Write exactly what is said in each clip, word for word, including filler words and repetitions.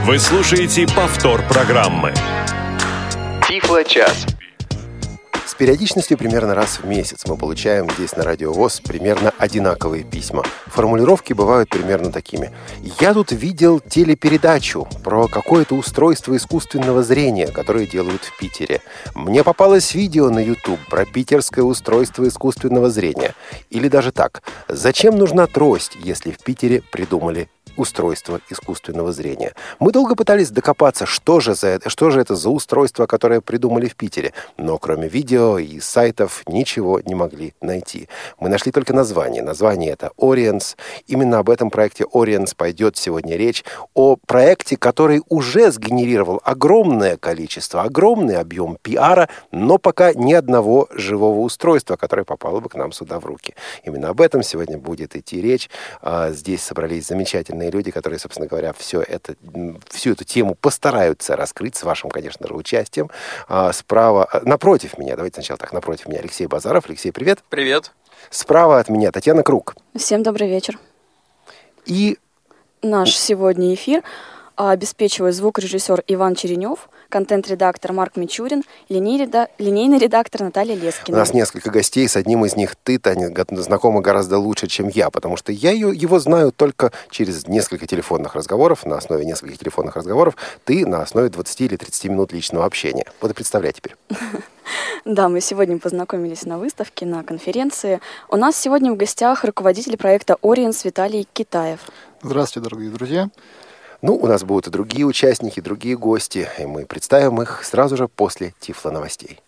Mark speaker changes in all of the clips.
Speaker 1: Вы слушаете повтор программы.
Speaker 2: Тифло-час.
Speaker 3: С периодичностью примерно раз в месяц мы получаем здесь на Радио ВОС примерно одинаковые письма. Формулировки бывают примерно такими. Я тут видел телепередачу про какое-то устройство искусственного зрения, которое делают в Питере. Мне попалось видео на YouTube про питерское устройство искусственного зрения. Или даже так. Зачем нужна трость, если в Питере придумали устройство искусственного зрения? Мы долго пытались докопаться, что же, за это, что же это за устройство, которое придумали в Питере. Но кроме видео и сайтов ничего не могли найти. Мы нашли только название. Название это Oriens. Именно об этом проекте Oriens пойдет сегодня речь. О проекте, который уже сгенерировал огромное количество, огромный объем пиара, но пока ни одного живого устройства, которое попало бы к нам сюда в руки. Именно об этом сегодня будет идти речь. Здесь собрались замечательные люди, которые, собственно говоря, все это, всю эту тему постараются раскрыть с вашим, конечно же, участием. А, справа, напротив меня, давайте сначала так, напротив меня Алексей Базаров. Алексей, привет.
Speaker 4: Привет.
Speaker 3: Справа от меня Татьяна Круг.
Speaker 5: Всем добрый вечер.
Speaker 3: И
Speaker 5: наш сегодня эфир обеспечивает звукорежиссер Иван Черенев, контент-редактор Марк Мичурин, линейный, линейный редактор Наталья Лескина.
Speaker 3: У нас несколько гостей, с одним из них ты, Таня, знакома гораздо лучше, чем я, потому что я ее, его знаю только через несколько телефонных разговоров, на основе нескольких телефонных разговоров, ты на основе двадцати или тридцати минут личного общения. Вот и представляй теперь.
Speaker 5: Да, мы сегодня познакомились на выставке, на конференции. У нас сегодня в гостях руководитель проекта Oriens Виталий Китаев.
Speaker 6: Здравствуйте, дорогие друзья.
Speaker 3: Ну, у нас будут и другие участники, другие гости, и мы представим их сразу же после Тифло-новостей.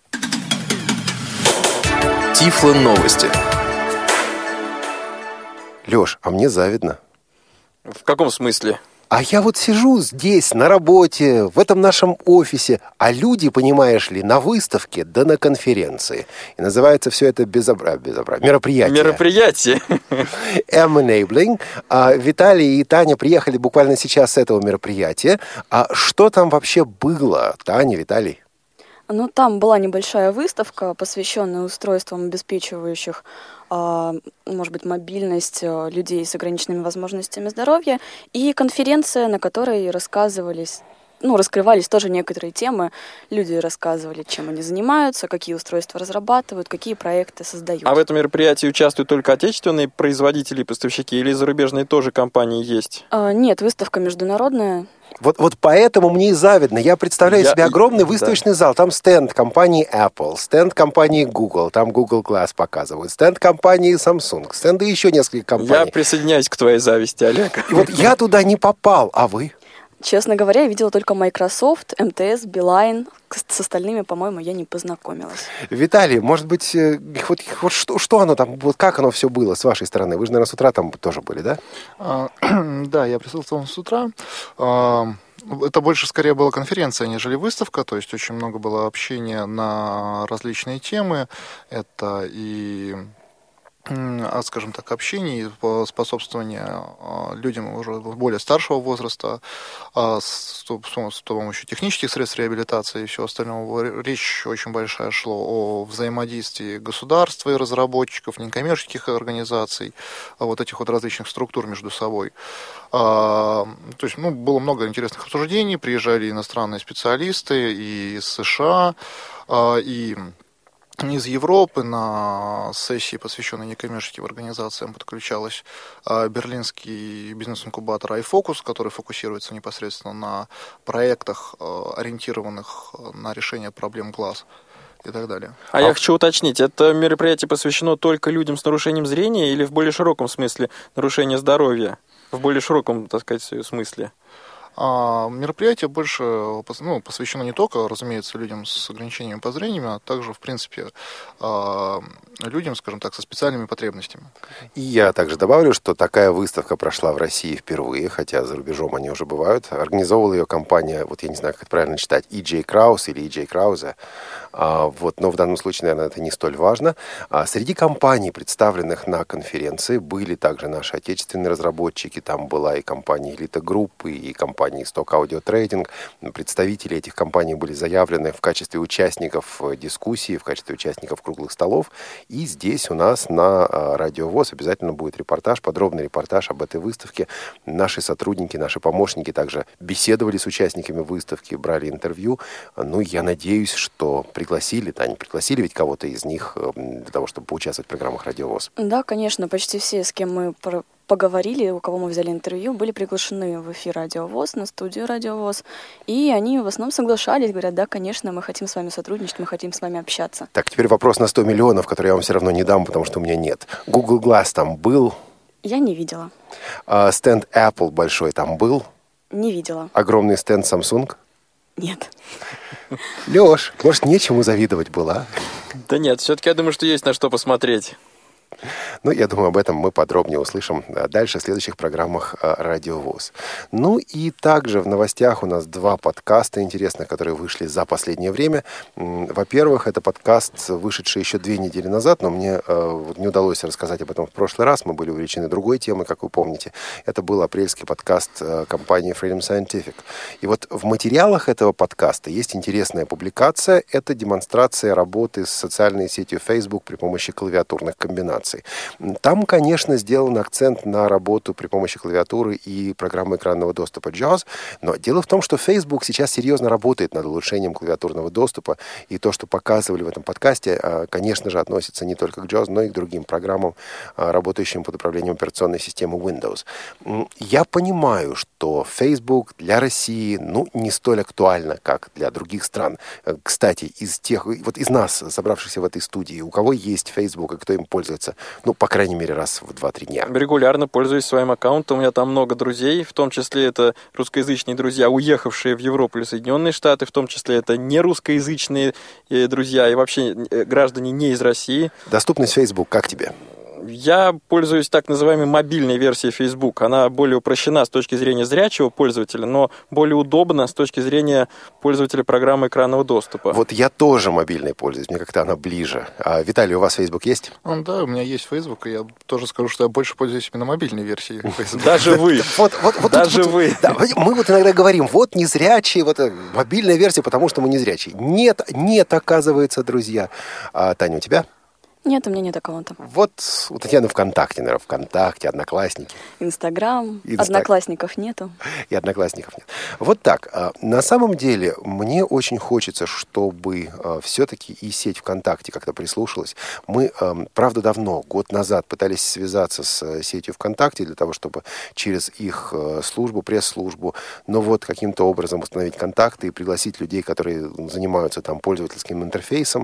Speaker 2: Тифло-новости.
Speaker 3: Лёш, а мне завидно.
Speaker 4: В каком смысле?
Speaker 3: А я вот сижу здесь, на работе, в этом нашем офисе, а люди, понимаешь ли, на выставке да на конференции. И называется все это безобра... безобра... мероприятие.
Speaker 4: Мероприятие.
Speaker 3: M-Enabling. А Виталий и Таня приехали буквально сейчас с этого мероприятия. А что там вообще было, Таня, Виталий?
Speaker 5: Ну, там была небольшая выставка, посвященная устройствам, обеспечивающих, может быть, мобильность людей с ограниченными возможностями здоровья, и конференция, на которой рассказывались, ну, раскрывались тоже некоторые темы. Люди рассказывали, чем они занимаются, какие устройства разрабатывают, какие проекты создают.
Speaker 4: А в этом мероприятии участвуют только отечественные производители и поставщики, или зарубежные тоже компании есть?
Speaker 5: А, нет, выставка международная.
Speaker 3: Вот, вот поэтому мне и завидно. Я представляю
Speaker 4: Я...
Speaker 3: себе огромный выставочный да. зал. Там стенд компании Apple, стенд компании Google, там Google Glass показывают, стенд компании Samsung, стенды еще нескольких компаний.
Speaker 4: Я присоединяюсь к твоей зависти, Олег.
Speaker 3: И вот я туда не попал, а вы?
Speaker 5: Честно говоря, я видела только Microsoft, эм тэ эс, Beeline. С остальными, по-моему, я не познакомилась.
Speaker 3: Виталий, может быть, вот, вот что, что оно там, вот как оно все было с вашей стороны? Вы же, наверное, с утра там тоже были, да?
Speaker 6: А, да, я присутствовал с утра. А, это больше, скорее, была конференция, нежели выставка. То есть очень много было общения на различные темы. Это и... скажем так, общений, способствования людям уже более старшего возраста с помощью технических средств реабилитации и всего остального. Речь очень большая шла о взаимодействии государства и разработчиков, некоммерческих организаций, вот этих вот различных структур между собой. То есть, ну, было много интересных обсуждений, приезжали иностранные специалисты и из США, и из Европы. На сессии, посвященной некоммерческим организациям, подключалась берлинский бизнес-инкубатор iFocus, который фокусируется непосредственно на проектах, ориентированных на решение проблем глаз и так далее.
Speaker 4: А, а я хочу уточнить, это мероприятие посвящено только людям с нарушением зрения или в более широком смысле нарушения здоровья? В более широком, так сказать, смысле?
Speaker 6: А мероприятие больше, ну, посвящено не только, разумеется, людям с ограничениями по зрению, а также, в принципе, людям, скажем так, со специальными потребностями.
Speaker 3: И я также добавлю, что такая выставка прошла в России впервые, хотя за рубежом они уже бывают. Организовывала ее компания, вот я не знаю, как это правильно читать, и джей Krause или и джей Krause. Вот, но в данном случае, наверное, это не столь важно. Среди компаний, представленных на конференции, были также наши отечественные разработчики. Там была и компания Elite Group, и компания Stock Audio Trading. Представители этих компаний были заявлены в качестве участников дискуссии, в качестве участников круглых столов. И здесь у нас на Радио ВОС обязательно будет репортаж, подробный репортаж об этой выставке. Наши сотрудники, наши помощники также беседовали с участниками выставки, брали интервью. Ну, я надеюсь, что пригласили, Таня, пригласили ведь кого-то из них для того, чтобы поучаствовать в программах Радио ВОС?
Speaker 5: Да, конечно, почти все, с кем мы поговорили, у кого мы взяли интервью, были приглашены в эфир Радио ВОС, на студию Радио ВОС, и они в основном соглашались, говорят, да, конечно, мы хотим с вами сотрудничать, мы хотим с вами общаться.
Speaker 3: Так, теперь вопрос на сто миллионов, который я вам все равно не дам, потому что у меня нет. Google Glass там был?
Speaker 5: Я не видела.
Speaker 3: А, стенд Apple большой там был?
Speaker 5: Не видела.
Speaker 3: Огромный стенд Samsung?
Speaker 5: Нет.
Speaker 3: Леш, может, нечему завидовать было, а?
Speaker 4: Да нет, все-таки я думаю, что есть на что посмотреть.
Speaker 3: Ну, я думаю, об этом мы подробнее услышим дальше в следующих программах Радио ВОС. Ну и также в новостях у нас два подкаста интересных, которые вышли за последнее время. Во-первых, это подкаст, вышедший еще две недели назад, но мне э, не удалось рассказать об этом в прошлый раз. Мы были увлечены другой темой, как вы помните. Это был апрельский подкаст компании Freedom Scientific. И вот в материалах этого подкаста есть интересная публикация. Это демонстрация работы с социальной сетью Facebook при помощи клавиатурных комбинаций. Там, конечно, сделан акцент на работу при помощи клавиатуры и программы экранного доступа джоуз, но дело в том, что Facebook сейчас серьезно работает над улучшением клавиатурного доступа, и то, что показывали в этом подкасте, конечно же, относится не только к джоуз, но и к другим программам, работающим под управлением операционной системы Windows. Я понимаю, что Facebook для России, ну, не столь актуально, как для других стран. Кстати, из тех, вот из нас, собравшихся в этой студии, у кого есть Facebook и кто им пользуется, ну, по крайней мере, раз в два-три дня.
Speaker 4: Регулярно пользуюсь своим аккаунтом. У меня там много друзей, в том числе это русскоязычные друзья, уехавшие в Европу или Соединенные Штаты, в том числе это не русскоязычные друзья и вообще граждане не из России.
Speaker 3: Доступность Facebook как тебе?
Speaker 4: Я пользуюсь так называемой мобильной версией Facebook. Она более упрощена с точки зрения зрячего пользователя, но более удобна с точки зрения пользователя программы экранного доступа.
Speaker 3: Вот я тоже мобильной пользуюсь, мне как-то она ближе. А, Виталий, у вас Facebook есть?
Speaker 6: Ну, да, у меня есть Facebook, и я тоже скажу, что я больше пользуюсь именно мобильной версией Facebook.
Speaker 4: Даже вы. Даже вы.
Speaker 3: Мы вот иногда говорим, вот незрячие, вот мобильная версия, потому что мы незрячие. Нет, нет, оказывается, друзья. Таня, у тебя?
Speaker 5: Нет, у меня нет аккаунта.
Speaker 3: Вот у Татьяны ВКонтакте, наверное, ВКонтакте, Одноклассники.
Speaker 5: Инстаграм,
Speaker 3: Инстаг...
Speaker 5: Одноклассников нету.
Speaker 3: И Одноклассников нет. Вот так. На самом деле, мне очень хочется, чтобы все-таки и сеть ВКонтакте как-то прислушалась. Мы, правда, давно, год назад, пытались связаться с сетью ВКонтакте для того, чтобы через их службу, пресс-службу, но вот каким-то образом установить контакты и пригласить людей, которые занимаются там пользовательским интерфейсом.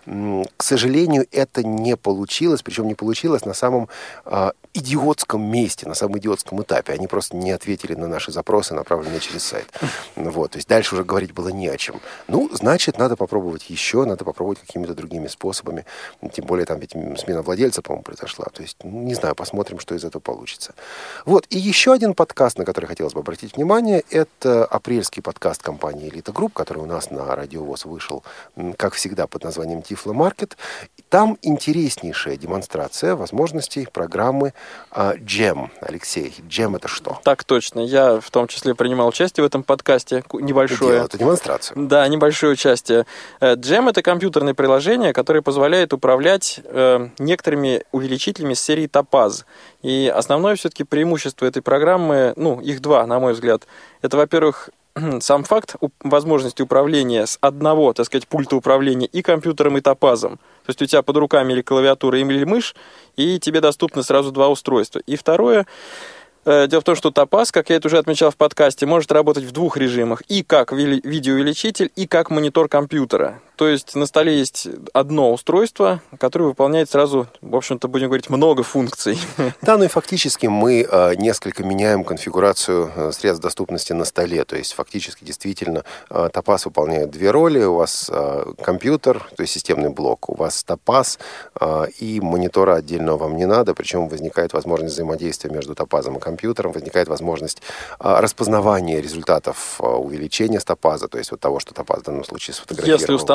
Speaker 3: К сожалению, это не получилось, причем не получилось на самом э, идиотском месте, на самом идиотском этапе. Они просто не ответили на наши запросы, направленные через сайт. Вот, то есть дальше уже говорить было не о чем. Ну, значит, надо попробовать еще, надо попробовать какими-то другими способами. Тем более там ведь смена владельца, по-моему, произошла. То есть, ну, не знаю, посмотрим, что из этого получится. Вот, и еще один подкаст, на который хотелось бы обратить внимание, это апрельский подкаст компании Elite Group, который у нас на Радио ВОС вышел, как всегда, под названием Tiflo Market. Там интереснейшая демонстрация возможностей программы uh, джем. Алексей, джем это что?
Speaker 4: Так точно. Я в том числе принимал участие в этом подкасте. Небольшое.
Speaker 3: Это демонстрацию.
Speaker 4: Да, небольшое участие. джем это компьютерное приложение, которое позволяет управлять э, некоторыми увеличителями с серии Topaz. И основное все-таки преимущество этой программы, ну, их два, на мой взгляд. Это, во-первых, сам факт возможности управления с одного, так сказать, пульта управления и компьютером, и топазом. То есть у тебя под руками или клавиатура, или мышь, и тебе доступны сразу два устройства. И второе, дело в том, что Topaz, как я это уже отмечал в подкасте, может работать в двух режимах. И как видеоувеличитель, и как монитор компьютера. То есть на столе есть одно устройство, которое выполняет сразу, в общем-то, будем говорить, много функций.
Speaker 3: Да, ну и фактически мы э, несколько меняем конфигурацию э, средств доступности на столе. То есть фактически действительно э, Topaz выполняет две роли. У вас э, компьютер, то есть системный блок, у вас Topaz, э, и монитора отдельного вам не надо. Причем возникает возможность взаимодействия между Topaz и компьютером, возникает возможность э, распознавания результатов э, увеличения с Topaz, то есть вот того, что Topaz в данном случае сфотографировал.
Speaker 4: Если установлен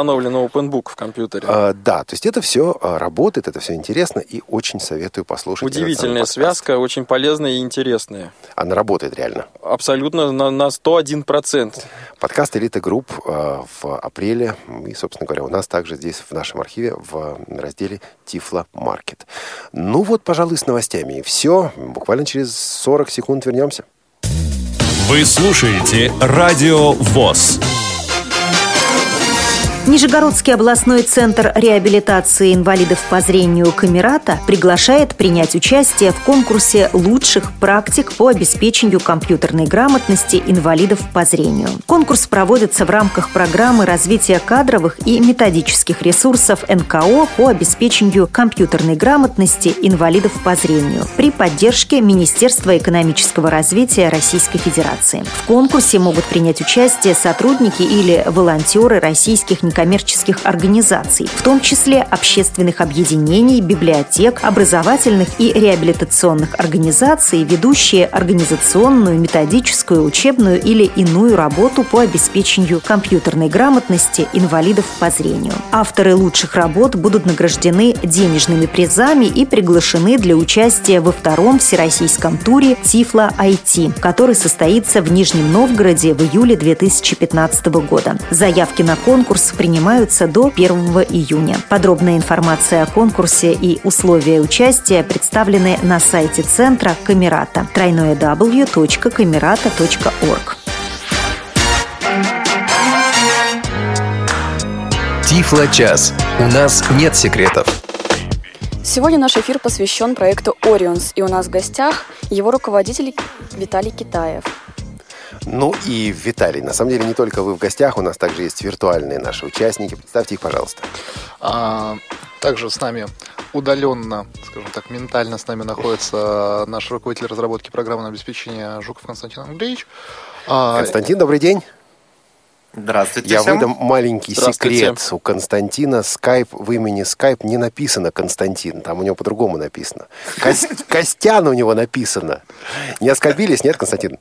Speaker 4: установлен OpenBook в компьютере.
Speaker 3: А, да, то есть это все работает, это все интересно, и очень советую послушать.
Speaker 4: Удивительная связка, очень полезная и интересная.
Speaker 3: Она работает реально.
Speaker 4: Абсолютно на, на сто один процент.
Speaker 3: Подкаст «Элита Групп» в апреле. И, собственно говоря, у нас также здесь в нашем архиве в разделе «Тифло Маркет». Ну вот, пожалуй, с новостями. И все. Буквально через сорок секунд вернемся.
Speaker 1: Вы слушаете Радио ВОС.
Speaker 2: Нижегородский областной центр реабилитации инвалидов по зрению «Камерата» приглашает принять участие в конкурсе лучших практик по обеспечению компьютерной грамотности инвалидов по зрению. Конкурс проводится в рамках программы развития кадровых и методических ресурсов эн ка о по обеспечению компьютерной грамотности инвалидов по зрению при поддержке Министерства экономического развития Российской Федерации. В конкурсе могут принять участие сотрудники или волонтеры российских некоммерческих организаций, в том числе общественных объединений, библиотек, образовательных и реабилитационных организаций, ведущие организационную, методическую, учебную или иную работу по обеспечению компьютерной грамотности инвалидов по зрению. Авторы лучших работ будут награждены денежными призами и приглашены для участия во втором всероссийском туре «Тифло ай ти», который состоится в Нижнем Новгороде в июле две тысячи пятнадцатого года. Заявки на конкурс принимаются до первого июня. Подробная информация о конкурсе и условия участия представлены на сайте центра «Камерата» дабл ю дабл ю дабл ю точка камерата точка орг.
Speaker 7: Тифло-час. У нас нет секретов.
Speaker 5: Сегодня наш эфир посвящен проекту «Орионс», и у нас в гостях его руководитель Виталий Китаев.
Speaker 3: Ну и Виталий, на самом деле не только вы в гостях, у нас также есть виртуальные наши участники. Представьте их, пожалуйста.
Speaker 6: А, также с нами удаленно, скажем так, ментально с нами находится наш руководитель разработки программного обеспечения Жуков Константин Андреевич. А,
Speaker 3: Константин, добрый день.
Speaker 8: Здравствуйте
Speaker 3: Я
Speaker 8: всем.
Speaker 3: выдам маленький секрет. У Константина скайп, в имени скайп не написано Константин, там у него по-другому написано. Кос- Костян у него написано. Не оскорбились, нет, Константин?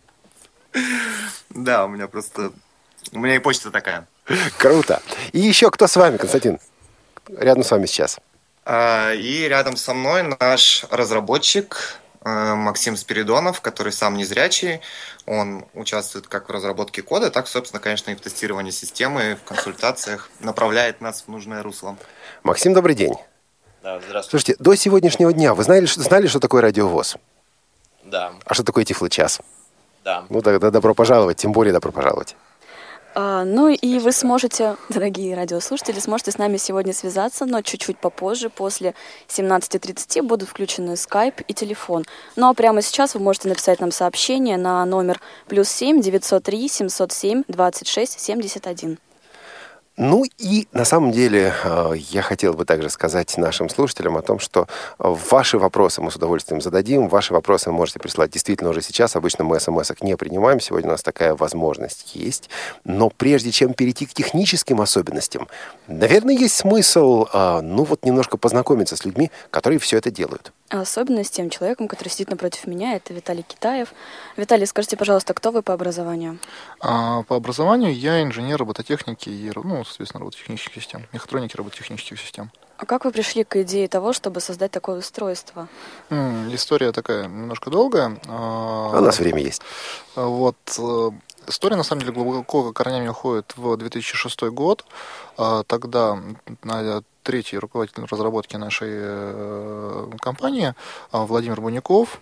Speaker 8: Да, у меня просто... У меня и почта такая.
Speaker 3: Круто. И еще кто с вами, Константин? Рядом с вами сейчас.
Speaker 8: А, И рядом со мной наш разработчик э, Максим Спиридонов, который сам незрячий. Он участвует как в разработке кода, так, собственно, конечно, и в тестировании системы, в консультациях, направляет нас в нужное русло.
Speaker 3: Максим, добрый день.
Speaker 9: Да, здравствуйте.
Speaker 3: Слушайте, до сегодняшнего дня вы знали, что- знали, что такое Радио ВОС?
Speaker 9: Да,
Speaker 3: А что такое Тифло-час?
Speaker 9: да.
Speaker 3: Ну тогда добро пожаловать, тем более добро пожаловать.
Speaker 5: А, ну и вы сможете, дорогие радиослушатели, сможете с нами сегодня связаться, но чуть-чуть попозже, после семнадцати тридцати, будут включены скайп и телефон. Ну а прямо сейчас вы можете написать нам сообщение на номер плюс семь девятьсот три семьсот семь двадцать шесть семьдесят один.
Speaker 3: Ну и на самом деле э, я хотел бы также сказать нашим слушателям о том, что э, ваши вопросы мы с удовольствием зададим. Ваши вопросы вы можете прислать действительно уже сейчас. Обычно мы смс-ок не принимаем. Сегодня у нас такая возможность есть. Но прежде чем перейти к техническим особенностям, наверное, есть смысл э, ну вот немножко познакомиться с людьми, которые все это делают.
Speaker 5: А особенно с тем человеком, который сидит напротив меня, это Виталий Китаев. Виталий, скажите, пожалуйста, кто вы по образованию?
Speaker 6: а, по образованию я инженер робототехники и, ну, соответственно, робототехнических систем, мехатроники робототехнических систем.
Speaker 5: А как вы пришли к идее того, чтобы создать такое устройство?
Speaker 6: М, История такая немножко долгая. А,
Speaker 3: А у нас время есть.
Speaker 6: Вот. э, История, на самом деле, глубоко корнями уходит в две тысячи шестой год. А, Тогда на третий руководитель разработки нашей э, компании а, Владимир Буняков,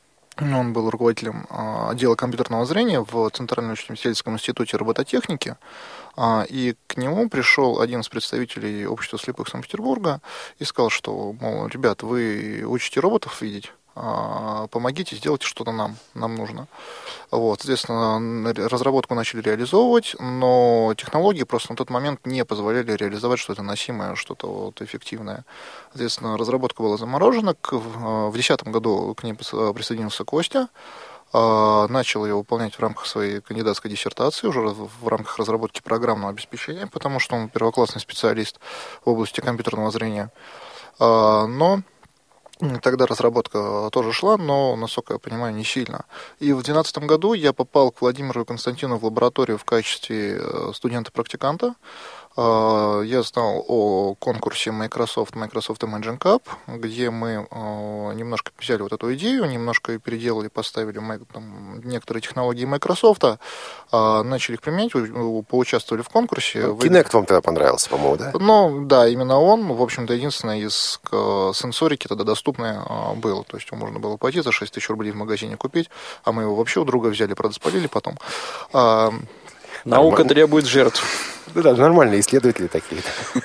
Speaker 6: он был руководителем а, отдела компьютерного зрения в Центральном научно-исследовательском институте робототехники. А, И к нему пришел один из представителей общества слепых Санкт-Петербурга и сказал, что, мол, ребят, вы учите роботов видеть, а, помогите, сделайте что-то нам, нам нужно. Вот, соответственно, разработку начали реализовывать, но технологии просто на тот момент не позволяли реализовать что-то носимое, что-то вот эффективное. Соответственно, разработка была заморожена. К- В две тысячи десятом году к ней прис- присоединился Костя. а, Начал ее выполнять в рамках своей кандидатской диссертации, уже в в рамках разработки программного обеспечения, потому что он первоклассный специалист в области компьютерного зрения. А, Но тогда разработка тоже шла, но, насколько я понимаю, не сильно. И в две тысячи двенадцатом году я попал к Владимиру и Константину в лабораторию в качестве э, студента-практиканта. я знал о конкурсе Microsoft, Microsoft Imagine Cup, где мы немножко взяли вот эту идею, немножко ее переделали, поставили там некоторые технологии Microsoft, начали их применять, поучаствовали в конкурсе.
Speaker 3: Kinect вам тогда понравился, по-моему, да?
Speaker 6: Ну, да, именно он, в общем-то, единственное из сенсорики тогда доступное было. То есть его можно было пойти за шесть тысяч рублей в магазине купить, а мы его вообще у друга взяли, правда, спалили потом.
Speaker 4: Наука требует жертв.
Speaker 3: Да, нормальные исследователи такие.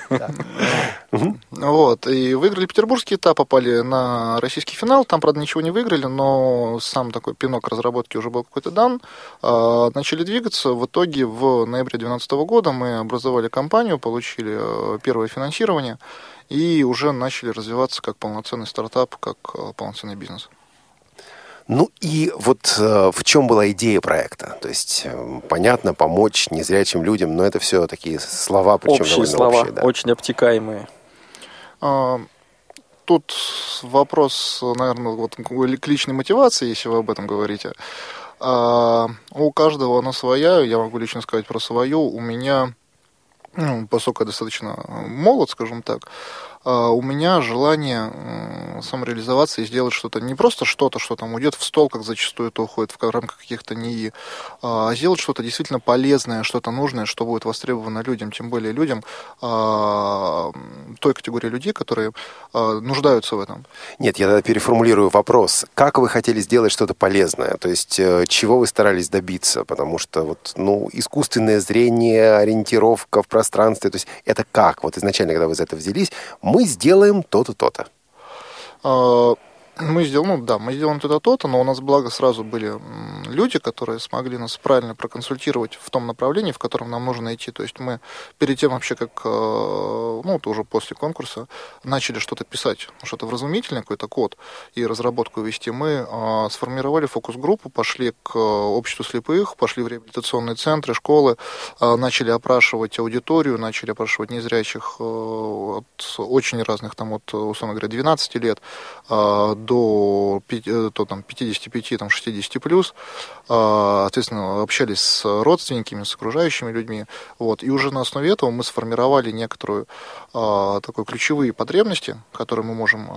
Speaker 6: Вот, и выиграли петербургский этап, попали на российский финал. Там, правда, ничего не выиграли, но сам такой пинок разработки уже был какой-то дан. Начали двигаться. В итоге в ноябре две тысячи двенадцатого года мы образовали компанию, получили первое финансирование и уже начали развиваться как полноценный стартап, как полноценный бизнес.
Speaker 3: Ну и вот э, в чем была идея проекта? То есть, э, понятно, помочь незрячим людям, но это все такие слова, причем
Speaker 4: общие
Speaker 3: довольно
Speaker 4: слова,
Speaker 3: общие. Да.
Speaker 4: очень обтекаемые.
Speaker 6: А, тут вопрос, наверное, вот, к личной мотивации, если вы об этом говорите. А, у каждого она своя, я могу лично сказать про свою. У меня, ну, поскольку я достаточно молод, скажем так, у меня желание самореализоваться и сделать что-то, не просто что-то, что там уйдет в стол, как зачастую это уходит в рамках каких-то НИИ, а сделать что-то действительно полезное, что-то нужное, что будет востребовано людям, тем более людям а, той категории людей, которые а, нуждаются в этом.
Speaker 3: Нет, я тогда переформулирую вопрос. Как вы хотели сделать что-то полезное? То есть, чего вы старались добиться? Потому что вот, ну, искусственное зрение, ориентировка в пространстве, то есть это как? Вот изначально, когда вы за это взялись, мы сделаем то-то, то-то.
Speaker 6: Мы сделали, ну да, мы сделаем то-то, то-то, но у нас, благо, сразу были люди, которые смогли нас правильно проконсультировать в том направлении, в котором нам нужно идти. То есть мы перед тем вообще, как, ну, это уже после конкурса, начали что-то писать, что-то вразумительное, какой-то код и разработку вести. Мы сформировали фокус-группу, пошли к обществу слепых, пошли в реабилитационные центры, школы, начали опрашивать аудиторию, начали опрашивать незрячих от очень разных, там, от, условно говоря, двенадцати лет до, до там, пятидесяти пяти, там, шестидесяти плюс, соответственно, общались с родственниками, с окружающими людьми, вот, и уже на основе этого мы сформировали некоторую такой ключевые потребности, которые мы можем,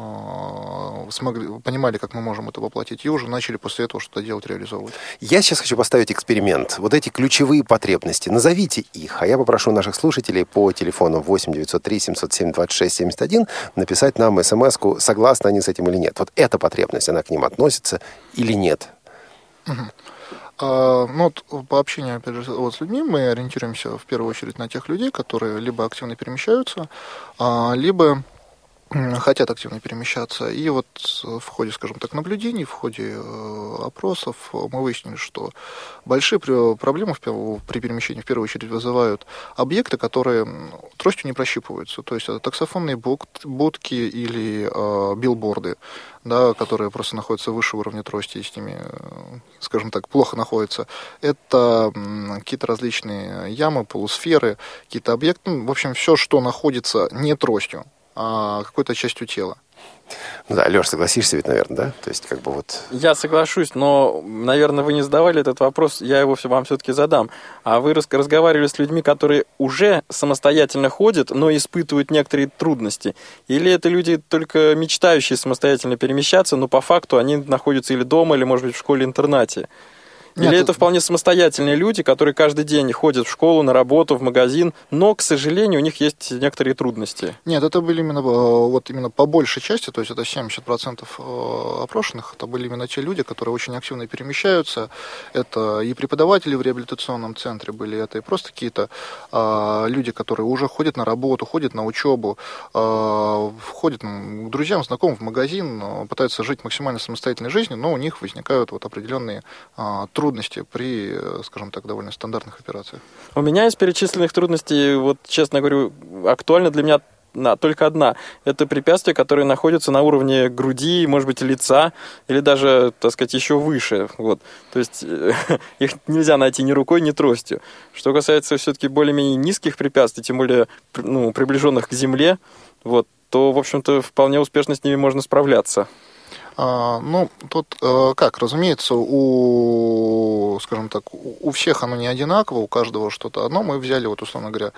Speaker 6: смогли, понимали, как мы можем это воплотить, и уже начали после этого что-то делать, реализовывать.
Speaker 3: Я сейчас хочу поставить эксперимент. Вот эти ключевые потребности, назовите их, а я попрошу наших слушателей по телефону восемь девятьсот три семьсот семь двадцать шесть семьдесят один написать нам смс-ку, согласны они с этим или нет. Вот эта потребность, она к ним относится или нет?
Speaker 6: Угу. А, ну, вот, по общению, опять же, вот, с людьми мы ориентируемся в первую очередь на тех людей, которые либо активно перемещаются, а, либо хотят активно перемещаться. И вот в ходе, скажем так, наблюдений, в ходе э, опросов мы выяснили, что большие проблемы в, при перемещении в первую очередь вызывают объекты, которые тростью не прощипываются. То есть это таксофонные будки или э, билборды, да, которые просто находятся выше уровня трости и с ними, скажем так, плохо находятся. Это какие-то различные ямы, полусферы, какие-то объекты. Ну, в общем, все, что находится не тростью, а какой-то частью тела.
Speaker 3: Ну да, Леш, согласишься ведь, наверное, да? То есть, как бы вот...
Speaker 4: Я соглашусь, но, наверное, вы не задавали этот вопрос, я его вам все-таки задам. А вы разговаривали с людьми, которые уже самостоятельно ходят, но испытывают некоторые трудности? Или это люди, только мечтающие самостоятельно перемещаться, но по факту они находятся или дома, или, может быть, в школе-интернате? Или Нет, это вполне самостоятельные люди, которые каждый день ходят в школу, на работу, в магазин, но, к сожалению, у них есть некоторые трудности?
Speaker 6: Нет, это были именно, вот именно по большей части, то есть это семьдесят процентов опрошенных, это были именно те люди, которые очень активно перемещаются. Это и преподаватели в реабилитационном центре были, это и просто какие-то а, люди, которые уже ходят на работу, ходят на учебу, а, ходят ну, к друзьям, знакомым в магазин, пытаются жить максимально самостоятельной жизнью, но у них возникают вот определенные а, трудности. трудности при, скажем так, довольно стандартных операциях.
Speaker 4: У меня из перечисленных трудностей, вот честно говорю, актуально для меня на, только одна. Это препятствия, которые находятся на уровне груди, может быть, лица, или даже, так сказать, еще выше. Вот. То есть их нельзя найти ни рукой, ни тростью. Что касается все-таки более-менее низких препятствий, тем более ну, приближенных к земле, вот, то, в общем-то, вполне успешно с ними можно справляться.
Speaker 6: А, ну, тут э, как, разумеется, у, скажем так, у всех оно не одинаково, у каждого что-то одно. Мы взяли, вот, условно говоря,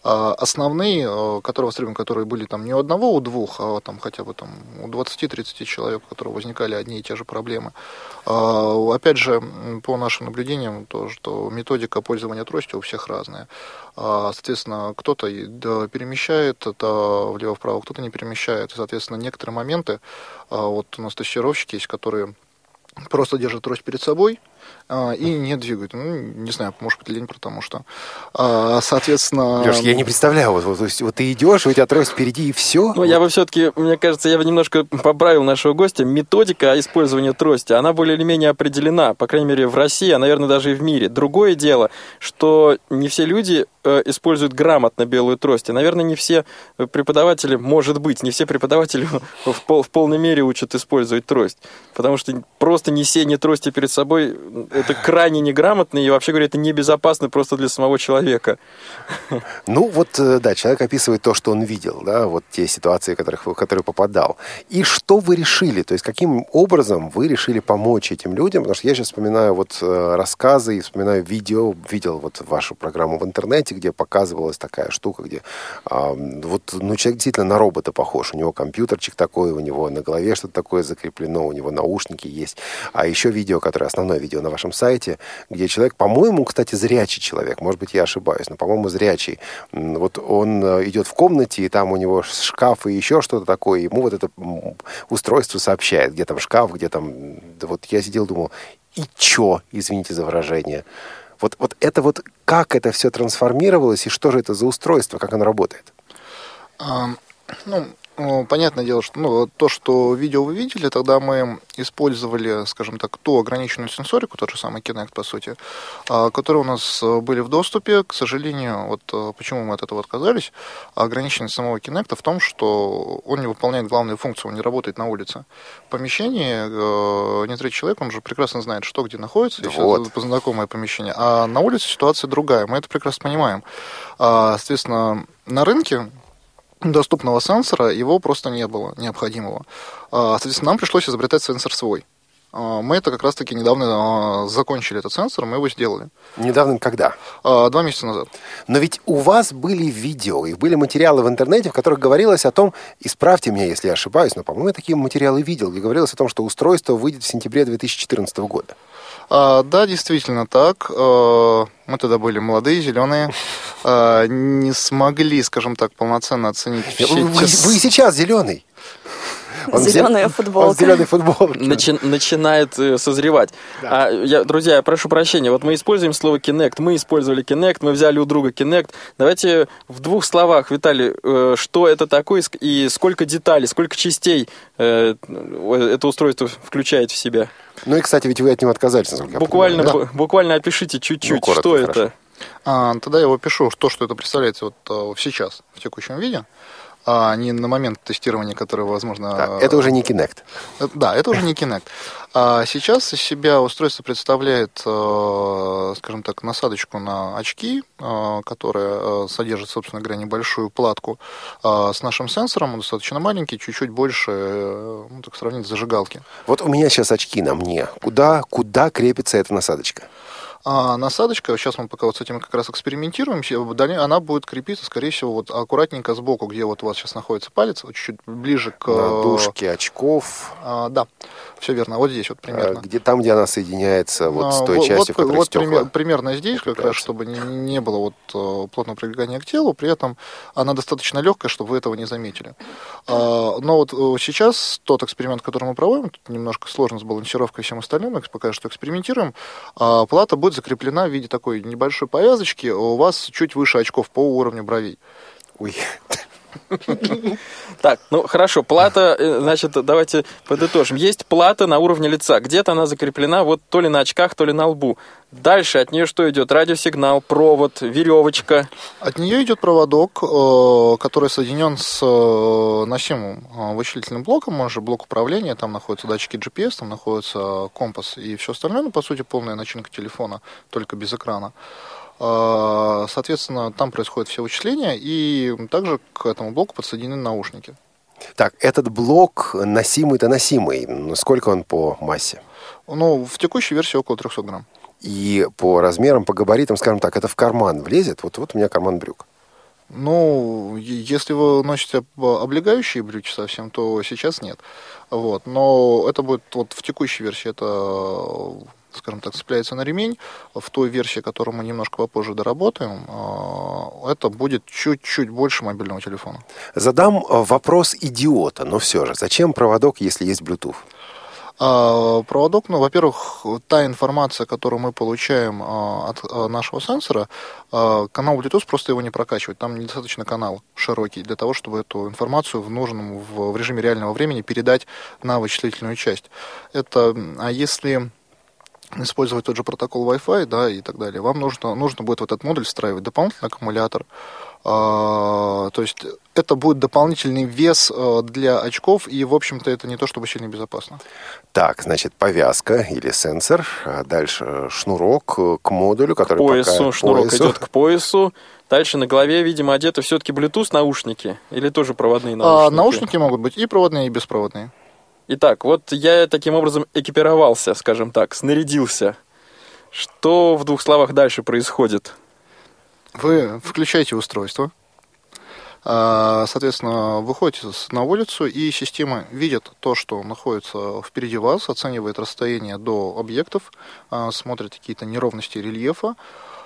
Speaker 6: основные, которые востребованы, которые были там не у одного, у двух, а там хотя бы там у двадцати-тридцати человек, у которых возникали одни и те же проблемы. А, опять же, по нашим наблюдениям, то, что методика пользования тростью у всех разная. А, соответственно, кто-то перемещает это влево-вправо, кто-то не перемещает. И, соответственно, некоторые моменты, а, вот у нас тестировщики есть, которые просто держат трость перед собой а, и не двигают. Ну, не знаю, может быть, лень, потому что, а, соответственно...
Speaker 3: Леш, я не представляю, вот, вот, вот ты идешь, у тебя трость впереди, и все.
Speaker 4: Ну,
Speaker 3: вот.
Speaker 4: я бы все-таки, мне кажется, я бы немножко поправил нашего гостя. Методика использования трости, она более или менее определена, по крайней мере, в России, а, наверное, даже и в мире. Другое дело, что не все люди используют грамотно белую трость. И, наверное, не все преподаватели, может быть, не все преподаватели в, пол, в полной мере учат использовать трость. Потому что просто несение трости перед собой – это крайне неграмотно, и, вообще говоря, это небезопасно просто для самого человека.
Speaker 3: Ну, вот, да, человек описывает то, что он видел, да, вот те ситуации, в которых, в которые попадал. И что вы решили? То есть, каким образом вы решили помочь этим людям? Потому что я сейчас вспоминаю вот рассказы и вспоминаю видео, видел вот вашу программу в интернете, где показывалась такая штука, где а, вот, ну, человек действительно на робота похож. У него компьютерчик такой, у него на голове что-то такое закреплено, у него наушники есть. А еще видео, которое основное видео на вашем сайте, где человек, по-моему, кстати, зрячий человек, может быть, я ошибаюсь, но, по-моему, зрячий. Вот он идет в комнате, и там у него шкаф и еще что-то такое, ему вот это устройство сообщает, где там шкаф, где там... Да вот я сидел, думал, и чё, извините за выражение. Вот, вот это вот, как это все трансформировалось, и что же это за устройство, как оно работает?
Speaker 6: А, ну, понятное дело, что ну, то, что видео вы видели, тогда мы использовали, скажем так, ту ограниченную сенсорику, тот же самый Kinect, по сути, которые у нас были в доступе. К сожалению, вот почему мы от этого отказались, ограниченность самого Kinect в том, что он не выполняет главную функцию, он не работает на улице. В помещении незрячий человек, он же прекрасно знает, что где находится, если вот. Это знакомое помещение, а на улице ситуация другая, мы это прекрасно понимаем. Соответственно, на рынке доступного сенсора его просто не было, необходимого. Соответственно, нам пришлось изобретать сенсор свой. Мы это как раз-таки недавно закончили, этот сенсор, мы его сделали.
Speaker 3: Недавно когда?
Speaker 6: Два месяца назад.
Speaker 3: Но ведь у вас были видео, и были материалы в интернете, в которых говорилось о том, исправьте меня, если я ошибаюсь, но, по-моему, я такие материалы видел, где говорилось о том, что устройство выйдет в сентябре две тысячи четырнадцатого года.
Speaker 6: А, да, действительно так. Мы тогда были молодые, зеленые, не смогли, скажем так, полноценно оценить все
Speaker 3: вы, вы, вы сейчас зеленый.
Speaker 5: Он зеленая футболка.
Speaker 3: Он зеленый футболка.
Speaker 4: Начи- начинает э, созревать.
Speaker 3: Да.
Speaker 4: А, я, друзья, я прошу прощения. Вот мы используем слово Kinect. Мы использовали Kinect, мы взяли у друга Kinect. Давайте в двух словах, Виталий, э, что это такое и сколько деталей, сколько частей э, это устройство включает в себя?
Speaker 3: Ну и, кстати, ведь вы от него отказались, насколько
Speaker 4: буквально,
Speaker 3: я понимаю.
Speaker 4: Да. Буквально опишите чуть-чуть, ну, коротко, что
Speaker 3: хорошо.
Speaker 4: это.
Speaker 6: А, тогда я опишу, то, что это представляется вот сейчас, в текущем виде. А не на момент тестирования, который, возможно...
Speaker 3: Да, это уже не Kinect.
Speaker 6: Да, это уже не Kinect. А сейчас из себя устройство представляет, скажем так, насадочку на очки, которая содержит, собственно говоря, небольшую платку с нашим сенсором, он достаточно маленький, чуть-чуть больше, ну, так сравнить с зажигалки.
Speaker 3: Вот у меня сейчас очки на мне. Куда, куда крепится эта насадочка?
Speaker 6: А насадочка, сейчас мы пока вот с этим как раз экспериментируем, она будет крепиться, скорее всего, вот аккуратненько сбоку, где вот у вас сейчас находится палец, вот чуть-чуть ближе к...
Speaker 3: На дужке очков.
Speaker 6: А, да, все верно, вот здесь вот примерно.
Speaker 3: Где, там, где она соединяется вот а, с той вот, частью,
Speaker 6: вот,
Speaker 3: в которой
Speaker 6: вот
Speaker 3: стекла.
Speaker 6: пример, примерно здесь, как раз, чтобы не, не было вот плотного прилегания к телу, при этом она достаточно легкая, чтобы вы этого не заметили. А, но вот сейчас тот эксперимент, который мы проводим, тут немножко сложно с балансировкой и всем остальным, пока что экспериментируем, а, плата будет закреплена в виде такой небольшой повязочки у вас чуть выше очков по уровню бровей.
Speaker 3: Ой.
Speaker 4: Так, ну хорошо, плата, значит, давайте подытожим. Есть плата на уровне лица, где-то она закреплена вот то ли на очках, то ли на лбу. Дальше от нее что идет? Радиосигнал, провод, веревочка.
Speaker 6: От нее идет проводок, который соединен с носимым вычислительным блоком, он же блок управления, там находятся датчики джи пи эс, там находится компас и все остальное, ну, по сути, полная начинка телефона, только без экрана. Соответственно, там происходят все вычисления, и также к этому блоку подсоединены наушники.
Speaker 3: Так, этот блок носимый-то носимый. Сколько он по массе?
Speaker 6: Ну, в текущей версии около триста грамм.
Speaker 3: И по размерам, по габаритам, скажем так, это в карман влезет? Вот, вот у меня карман брюк.
Speaker 6: Ну, если вы носите облегающие брюки совсем, то сейчас нет. Вот. Но это будет вот в текущей версии, это, скажем так, цепляется на ремень. В той версии, которую мы немножко попозже доработаем, это будет чуть-чуть больше мобильного телефона.
Speaker 3: Задам вопрос идиота, но все же. Зачем проводок, если есть Bluetooth?
Speaker 6: Проводок, ну, во-первых, та информация, которую мы получаем от нашего сенсора, канал Bluetooth просто его не прокачивает. Там недостаточно канал широкий для того, чтобы эту информацию в нужном, в режиме реального времени передать на вычислительную часть. Это, а если использовать тот же протокол Wi-Fi, да, и так далее, вам нужно, нужно будет в этот модуль встраивать дополнительный аккумулятор. А, то есть это будет дополнительный вес для очков, и, в общем-то, это не то чтобы сильно безопасно.
Speaker 3: Так, значит, повязка или сенсор, а дальше шнурок к модулю, который
Speaker 4: к поясу,
Speaker 3: пока...
Speaker 4: шнурок
Speaker 3: поясу.
Speaker 4: идет к поясу. Дальше на голове, видимо, одеты все-таки Bluetooth наушники или тоже проводные наушники?
Speaker 6: А, наушники могут быть и проводные, и беспроводные.
Speaker 4: Итак, вот я таким образом экипировался, скажем так, снарядился. Что в двух словах дальше происходит?
Speaker 6: Вы включаете устройство, соответственно, выходите на улицу, и система видит то, что находится впереди вас, оценивает расстояние до объектов, смотрит какие-то неровности рельефа,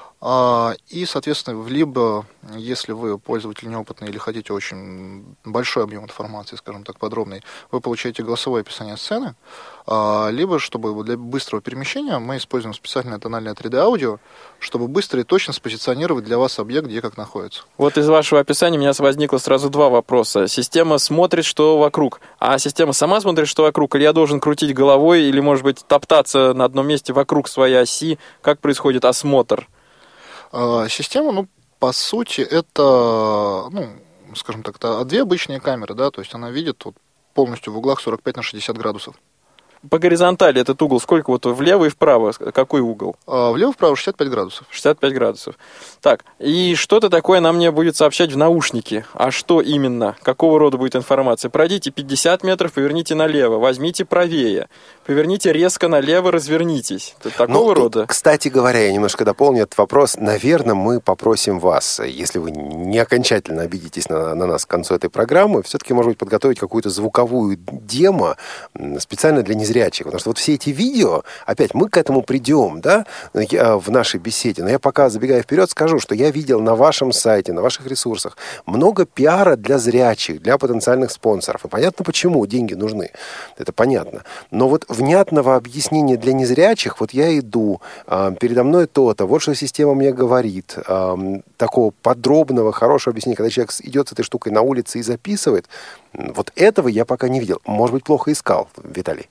Speaker 6: и, соответственно, либо, если вы пользователь неопытный или хотите очень большой объем информации, скажем так, подробный, вы получаете голосовое описание сцены, либо, чтобы для быстрого перемещения, мы используем специальное тональное три дэ аудио, чтобы быстро и точно спозиционировать для вас объект, где как находится.
Speaker 4: Вот из вашего описания у меня возникло сразу два вопроса. Система смотрит, что вокруг, а система сама смотрит, что вокруг, или я должен крутить головой, или, может быть, топтаться на одном месте вокруг своей оси? Как происходит осмотр?
Speaker 6: Система, ну, по сути, это, ну, скажем так, это две обычные камеры, да, то есть она видит вот полностью в углах сорок пять на шестьдесят градусов.
Speaker 4: По горизонтали этот угол сколько? Вот влево и вправо? Какой угол?
Speaker 6: А, влево-вправо шестьдесят пять градусов.
Speaker 4: шестьдесят пять градусов. Так, и что-то такое нам мне будет сообщать в наушнике. А что именно? Какого рода будет информация? Пройдите пятьдесят метров, поверните налево. Возьмите правее. Поверните резко налево, развернитесь. Такого
Speaker 3: ну,
Speaker 4: рода?
Speaker 3: Кстати говоря, я немножко дополню этот вопрос. Наверное, мы попросим вас, если вы не окончательно обидитесь на, на нас к концу этой программы, все-таки, может быть, подготовить какую-то звуковую демо специально для незрячих. Потому что вот все эти видео, опять, мы к этому придем, да, я, в нашей беседе, но я пока, забегая вперед, скажу, что я видел на вашем сайте, на ваших ресурсах много пиара для зрячих, для потенциальных спонсоров. И понятно, почему деньги нужны. Это понятно. Но вот внятного объяснения для незрячих, вот я иду, э, передо мной то-то, вот что система мне говорит, э, такого подробного, хорошего объяснения, когда человек идет с этой штукой на улице и записывает, вот этого я пока не видел. Может быть, плохо искал, Виталий.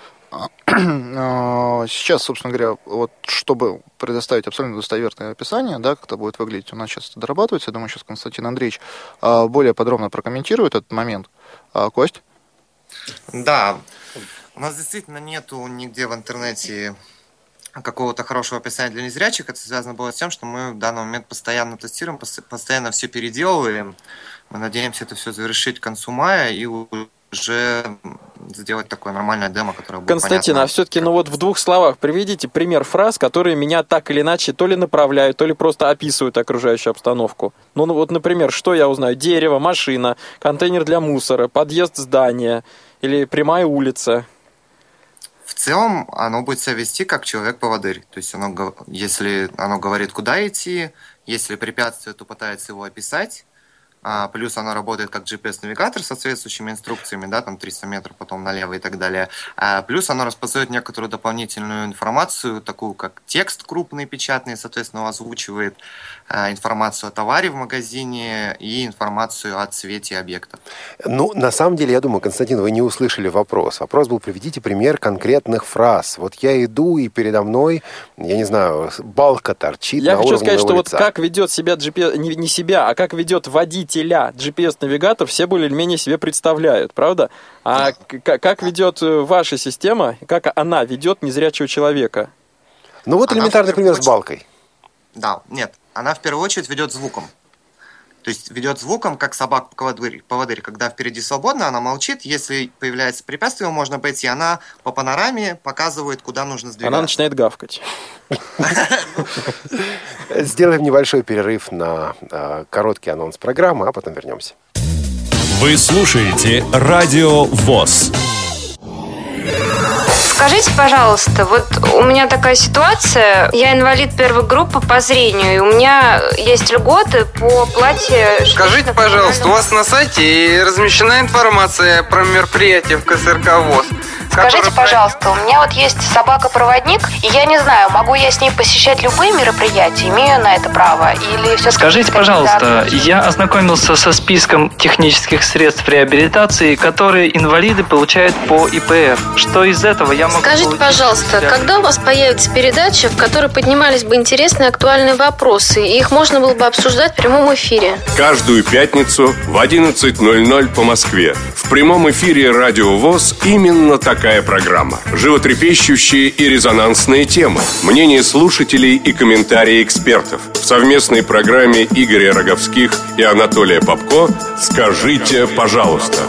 Speaker 6: Сейчас, собственно говоря, вот чтобы предоставить абсолютно достоверное описание, да, как это будет выглядеть, у нас сейчас это дорабатывается. Я думаю, сейчас Константин Андреевич более подробно прокомментирует этот момент. Кость?
Speaker 8: Да, у нас действительно нету нигде в интернете какого-то хорошего описания для незрячих. Это связано было с тем, что мы в данный момент постоянно тестируем, постоянно все переделываем. Мы надеемся это все завершить к концу мая и уже сделать такое нормальное демо, которое будет
Speaker 4: Константин,
Speaker 8: понятно.
Speaker 4: а все-таки, ну вот в двух словах приведите пример фраз, которые меня так или иначе то ли направляют, то ли просто описывают окружающую обстановку. Ну, ну вот, например, что я узнаю? Дерево, машина, контейнер для мусора, подъезд здания или прямая улица.
Speaker 8: В целом оно будет себя вести как человек-поводырь. То есть оно, если оно говорит, куда идти, если препятствие, то пытается его описать. А, плюс оно работает как джи пи эс-навигатор с соответствующими инструкциями, да, там триста метров, потом налево и так далее. А, плюс оно распознает некоторую дополнительную информацию, такую как текст крупный, печатный, соответственно, озвучивает а, информацию о товаре в магазине и информацию о цвете объекта.
Speaker 3: Ну, на самом деле, я думаю, Константин, вы не услышали вопрос. Вопрос был, приведите пример конкретных фраз. Вот я иду, и передо мной, я не знаю, балка торчит
Speaker 4: я
Speaker 3: на уровне
Speaker 4: хочу сказать, что
Speaker 3: лица.
Speaker 4: Вот как ведет себя джи пи эс, не, не себя, а как ведет водитель джи пи эс-навигатор, все более или менее себе представляют, правда? А к- как ведет ваша система, как она ведет незрячего человека?
Speaker 3: Ну вот
Speaker 8: Она
Speaker 3: элементарный пример с балкой.
Speaker 8: Да, нет, она в первую очередь ведет звуком. То есть ведет звуком, как собака-поводырь. Поводырь. Когда впереди свободно, она молчит. Если появляется препятствие, его можно обойти. Она по панораме показывает, куда нужно сдвигаться.
Speaker 4: Она начинает гавкать.
Speaker 3: Сделаем небольшой перерыв на э, короткий анонс программы, а потом вернемся.
Speaker 1: Вы слушаете Радио ВОС.
Speaker 10: Скажите, пожалуйста, вот у меня такая ситуация, я инвалид первой группы по зрению, и у меня есть льготы по оплате...
Speaker 11: Скажите, пожалуйста, у вас на сайте размещена информация про мероприятие в ка эс эр ка ВОС?
Speaker 10: Скажите, пожалуйста, у меня вот есть собака-проводник, и я не знаю, могу я с ней посещать любые мероприятия, имею на это право, или все-таки...
Speaker 12: Скажите, пожалуйста, я ознакомился со списком технических средств реабилитации, которые инвалиды получают по и пэ эр. Что из этого я могу
Speaker 10: Скажите,
Speaker 12: получить?
Speaker 10: пожалуйста, когда у вас появится передача, в которой поднимались бы интересные актуальные вопросы, и их можно было бы обсуждать в прямом эфире?
Speaker 13: Каждую пятницу в одиннадцать ноль ноль по Москве. В прямом эфире Радио ВОС именно такая программа. Животрепещущие и резонансные темы, мнения слушателей и комментарии экспертов. В совместной программе Игоря Роговских и Анатолия Попко «Скажите, пожалуйста».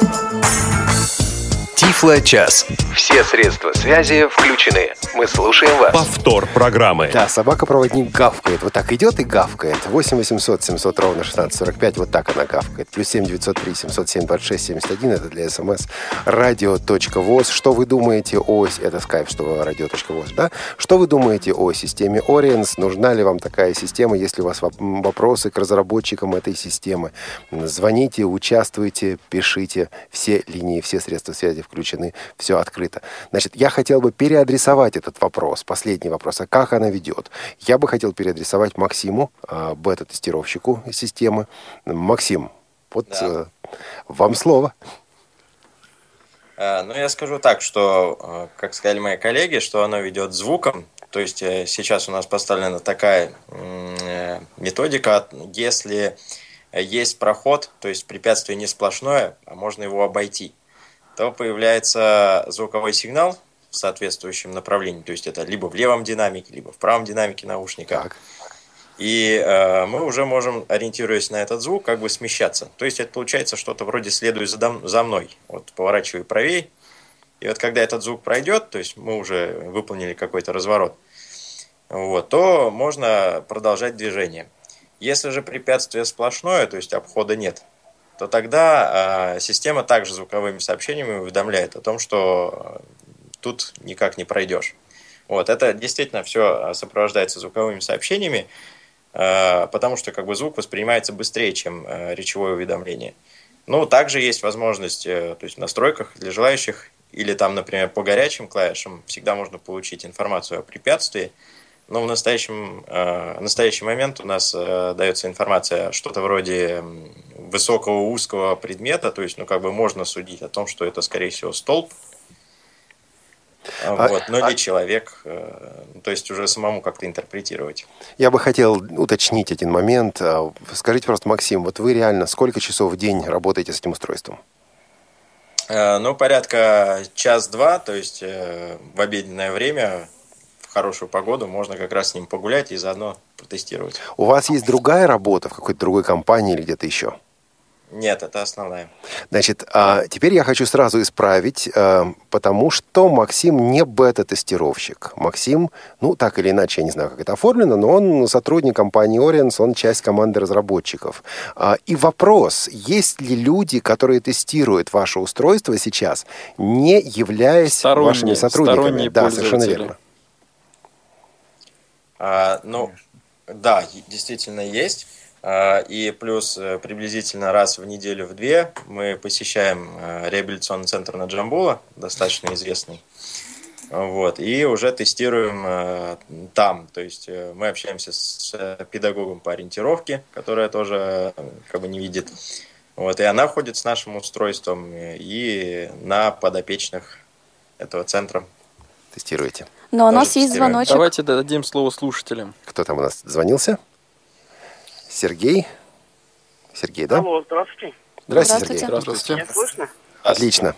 Speaker 7: Тифло-час. Все средства связи включены. Мы слушаем вас.
Speaker 1: Повтор программы.
Speaker 3: Да, собака-проводник гавкает. Вот так идет и гавкает. восемь восемьсот семьсот ровно шестнадцать сорок пять. Вот так она гавкает. Плюс семь девятьсот три семьсот семь двадцать шесть семьдесят один. Это для смс. Радио.воз. Что вы думаете о... Это скайп, что радио.воз, да? Что вы думаете о системе Oriens? Нужна ли вам такая система? Если у вас вопросы к разработчикам этой системы, звоните, участвуйте, пишите. Все линии, все средства связи включены. Все открыто. Значит, я хотел бы переадресовать этот вопрос, последний вопрос, а как она ведет. Я бы хотел переадресовать Максиму, э, бета-тестировщику системы. Максим, вот да. э, вам слово.
Speaker 9: Ну, я скажу так, что, как сказали мои коллеги, что оно ведет звуком. То есть сейчас у нас поставлена такая методика, если есть проход, то есть препятствие не сплошное, а можно его обойти, то появляется звуковой сигнал в соответствующем направлении. То есть это либо в левом динамике, либо в правом динамике наушника. Так. И э, мы уже можем, ориентируясь на этот звук, как бы смещаться. То есть это получается что-то вроде «следуй за, за мной». Вот поворачиваю правее. И вот когда этот звук пройдет, то есть мы уже выполнили какой-то разворот, вот, то можно продолжать движение. Если же препятствие сплошное, то есть обхода нет, то тогда э, система также звуковыми сообщениями уведомляет о том, что тут никак не пройдешь. Вот, это действительно все сопровождается звуковыми сообщениями, э, потому что как бы звук воспринимается быстрее, чем э, речевое уведомление. Ну, также есть возможность, э, то есть в настройках для желающих, или там, например, по горячим клавишам всегда можно получить информацию о препятствии. Но в настоящем, э, в настоящий момент у нас э, дается информация что-то вроде высокого узкого предмета, то есть, ну, как бы можно судить о том, что это, скорее всего, столб, а, вот, ну, или а... человек, э, то есть уже самому как-то интерпретировать.
Speaker 3: Я бы хотел уточнить один момент. Скажите просто, Максим, вот вы реально сколько часов в день работаете с этим устройством?
Speaker 9: Э, ну, порядка час-два, то есть э, в обеденное время... В хорошую погоду можно как раз с ним погулять и заодно протестировать.
Speaker 3: У вас есть другая работа в какой-то другой компании или где-то еще?
Speaker 9: Нет, это основная.
Speaker 3: Значит, а теперь я хочу сразу исправить, потому что Максим не бета-тестировщик. Максим, ну, так или иначе, я не знаю, как это оформлено, но он сотрудник компании Oriens, он часть команды разработчиков. И вопрос, есть ли люди, которые тестируют ваше устройство сейчас, не являясь сторонние, вашими сотрудниками? Да, совершенно верно.
Speaker 9: А, ну, да, действительно есть. А, и плюс приблизительно раз в неделю, в две мы посещаем реабилитационный центр на Джамбула, достаточно известный. Вот, и уже тестируем а, там. То есть мы общаемся с педагогом по ориентировке, которая тоже как бы не видит. Вот, и она ходит с нашим устройством и на подопечных этого центра.
Speaker 3: Тестируете.
Speaker 5: Но у нас есть звоночек.
Speaker 4: Давайте дадим слово слушателям.
Speaker 3: Кто там у нас звонился? Сергей? Сергей, да?
Speaker 14: Алло, здравствуйте.
Speaker 3: Здравствуйте, Сергей.
Speaker 4: Здравствуйте.
Speaker 14: Меня слышно?
Speaker 3: Отлично.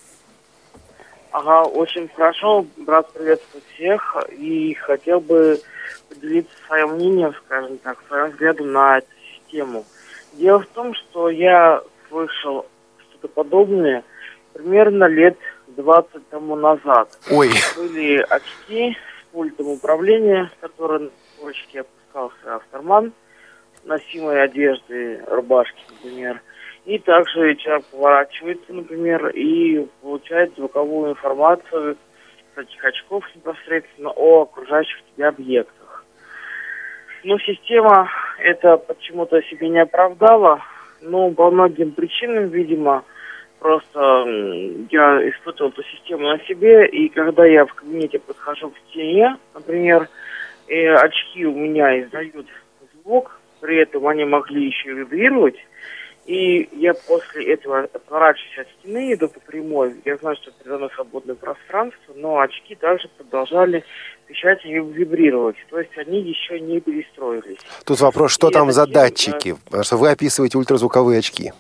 Speaker 14: Ага, очень хорошо. Рад приветствовать всех. И хотел бы поделиться своим мнением, скажем так, своим взглядом на эту систему. Дело в том, что я слышал что-то подобное примерно лет двадцать тому назад.
Speaker 3: Ой.
Speaker 14: Были очки с пультом управления, в который в ручке опускался в карман носимой одежды, рубашки, например. И также человек поворачивается, например, и получает звуковую информацию с этих очков непосредственно о окружающих тебя объектах. Но система это почему-то себе не оправдала. Ну, по многим причинам, видимо, просто я испытывал эту систему на себе, и когда я в кабинете подхожу к стене, например, и очки у меня издают звук, при этом они могли еще вибрировать, и я после этого отворачиваюсь от стены, иду по прямой, я знаю, что передо мной свободное пространство, но очки также продолжали пищать и вибрировать, то есть они еще не перестроились.
Speaker 3: Тут вопрос, что
Speaker 14: И
Speaker 3: там за
Speaker 14: тема,
Speaker 3: датчики? Потому что вы описываете ультразвуковые очки.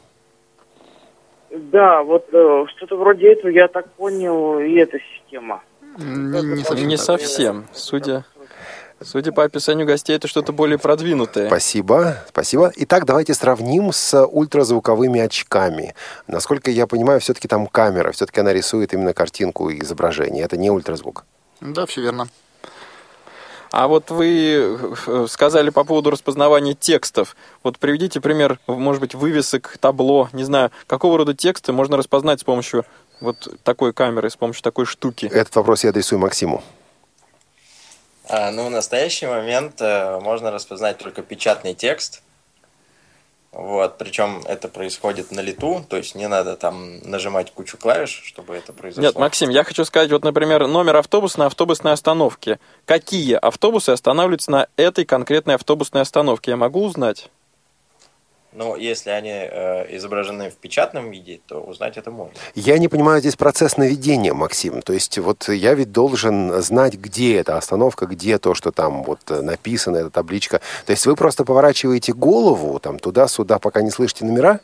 Speaker 14: Да, вот э, что-то вроде этого, я так понял, и эта система.
Speaker 4: Не, не совсем. Не совсем. Судя, судя по описанию гостей, это что-то более продвинутое.
Speaker 3: Спасибо, спасибо. Итак, давайте сравним с ультразвуковыми очками. Насколько я понимаю, все-таки там камера, все-таки она рисует именно картинку и изображение. Это не ультразвук.
Speaker 6: Да, все верно.
Speaker 4: А вот вы сказали по поводу распознавания текстов. Вот приведите пример, может быть, вывесок, табло, не знаю, какого рода тексты можно распознать с помощью вот такой камеры, с помощью такой штуки?
Speaker 3: Этот вопрос я адресую Максиму.
Speaker 9: А, ну, в настоящий момент э, можно распознать только печатный текст. Вот, причем это происходит на лету, то есть не надо там нажимать кучу клавиш, чтобы это произошло.
Speaker 4: Нет, Максим, я хочу сказать, вот, например, номер автобуса на автобусной остановке. Какие автобусы останавливаются на этой конкретной автобусной остановке? Я могу узнать?
Speaker 9: Ну, если они э, изображены в печатном виде, то узнать это можно.
Speaker 3: Я не понимаю здесь процесс наведения, Максим. То есть вот я ведь должен знать, где эта остановка, где то, что там вот написано, эта табличка. То есть вы просто поворачиваете голову там туда-сюда, пока не слышите номера?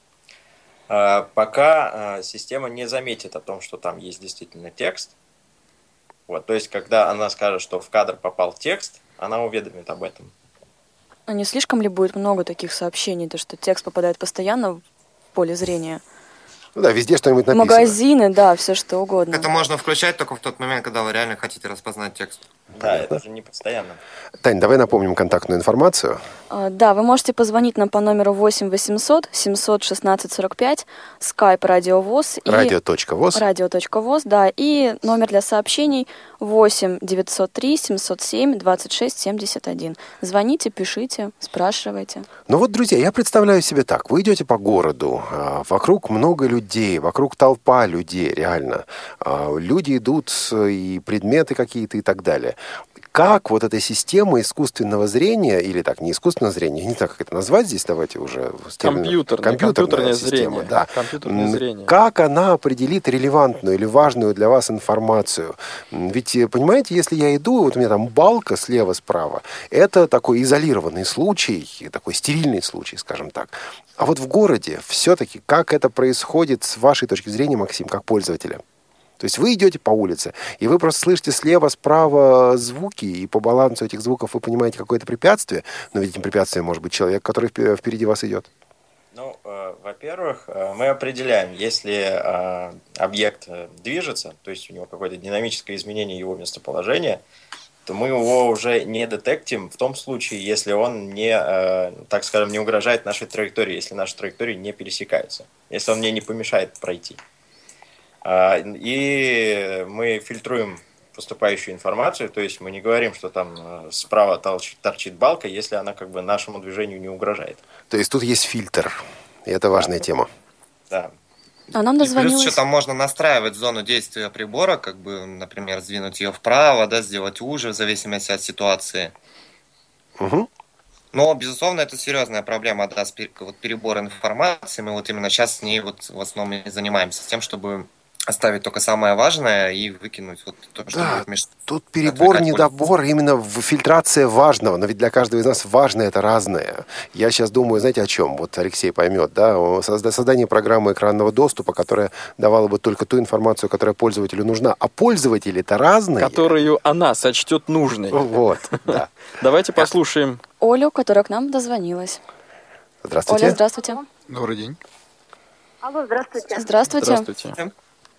Speaker 9: Э, пока э, система не заметит о том, что там есть действительно текст. Вот, то есть, когда она скажет, что в кадр попал текст, она уведомит об этом.
Speaker 5: А не слишком ли будет много таких сообщений, то что текст попадает постоянно в поле зрения?
Speaker 3: Ну да, везде что-нибудь написано.
Speaker 5: Магазины, да, все что угодно.
Speaker 8: Это можно включать только в тот момент, когда вы реально хотите распознать текст.
Speaker 9: Да, это же не постоянно.
Speaker 3: Тань, давай напомним контактную информацию.
Speaker 5: А, да, вы можете позвонить нам по номеру восемь восемьсот семьсот шестнадцать сорок пять, skype Радио ВОС.
Speaker 3: Радио.ВОС.
Speaker 5: Радио.ВОС, да, и номер для сообщений восемь девятьсот три семьсот семь двадцать шесть семьдесят один. Звоните, пишите, спрашивайте.
Speaker 3: Ну вот, друзья, я представляю себе так. Вы идете по городу, вокруг много людей, вокруг толпа людей, реально. Люди идут, и предметы какие-то и так далее. Как вот эта система искусственного зрения, или так, не искусственного зрения, не знаю, как это назвать здесь, давайте уже...
Speaker 4: Компьютерное, компьютерное, компьютерное
Speaker 3: система,
Speaker 4: зрение.
Speaker 3: Да.
Speaker 4: Компьютерное зрение.
Speaker 3: Как она определит релевантную или важную для вас информацию? Ведь, понимаете, если я иду, вот у меня там балка слева-справа, это такой изолированный случай, такой стерильный случай, скажем так. А вот в городе все-таки как это происходит с вашей точки зрения, Максим, как пользователя? То есть вы идете по улице, и вы просто слышите слева, справа звуки, и по балансу этих звуков вы понимаете какое-то препятствие, но ведь этим препятствием может быть человек, который впереди вас идет.
Speaker 9: Ну, э, во-первых, э, мы определяем, если э, объект э, движется, то есть у него какое-то динамическое изменение его местоположения, то мы его уже не детектим в том случае, если он не, э, так скажем, не угрожает нашей траектории, если наши траектории не пересекаются, если он мне не помешает пройти. И мы фильтруем поступающую информацию, то есть мы не говорим, что там справа торчит балка, если она как бы нашему движению не угрожает.
Speaker 3: То есть тут есть фильтр, и это важная
Speaker 9: да.
Speaker 3: тема.
Speaker 9: Да.
Speaker 5: А нам дозвонилась...
Speaker 8: Плюс еще там можно настраивать зону действия прибора, как бы, например, сдвинуть ее вправо, да, сделать уже, в зависимости от ситуации.
Speaker 3: Угу.
Speaker 8: Но, безусловно, это серьезная проблема, да, вот перебор информации. Мы вот именно сейчас с ней вот в основном и занимаемся, тем, чтобы оставить только самое важное и выкинуть вот то, что
Speaker 3: да,
Speaker 8: будет мешать.
Speaker 3: Тут перебор, недобор, именно фильтрация важного. Но ведь для каждого из нас важное это разное. Я сейчас думаю, знаете, о чем? Вот Алексей поймет, да? Создание программы экранного доступа, которая давала бы только ту информацию, которая пользователю нужна. А пользователи-то разные.
Speaker 4: Которую она сочтет нужной.
Speaker 3: Вот, да.
Speaker 4: Давайте послушаем
Speaker 5: Олю, которая к нам дозвонилась.
Speaker 3: Здравствуйте.
Speaker 5: Оля, здравствуйте.
Speaker 6: Добрый день.
Speaker 15: Алло, здравствуйте.
Speaker 5: Здравствуйте.
Speaker 4: Здравствуйте.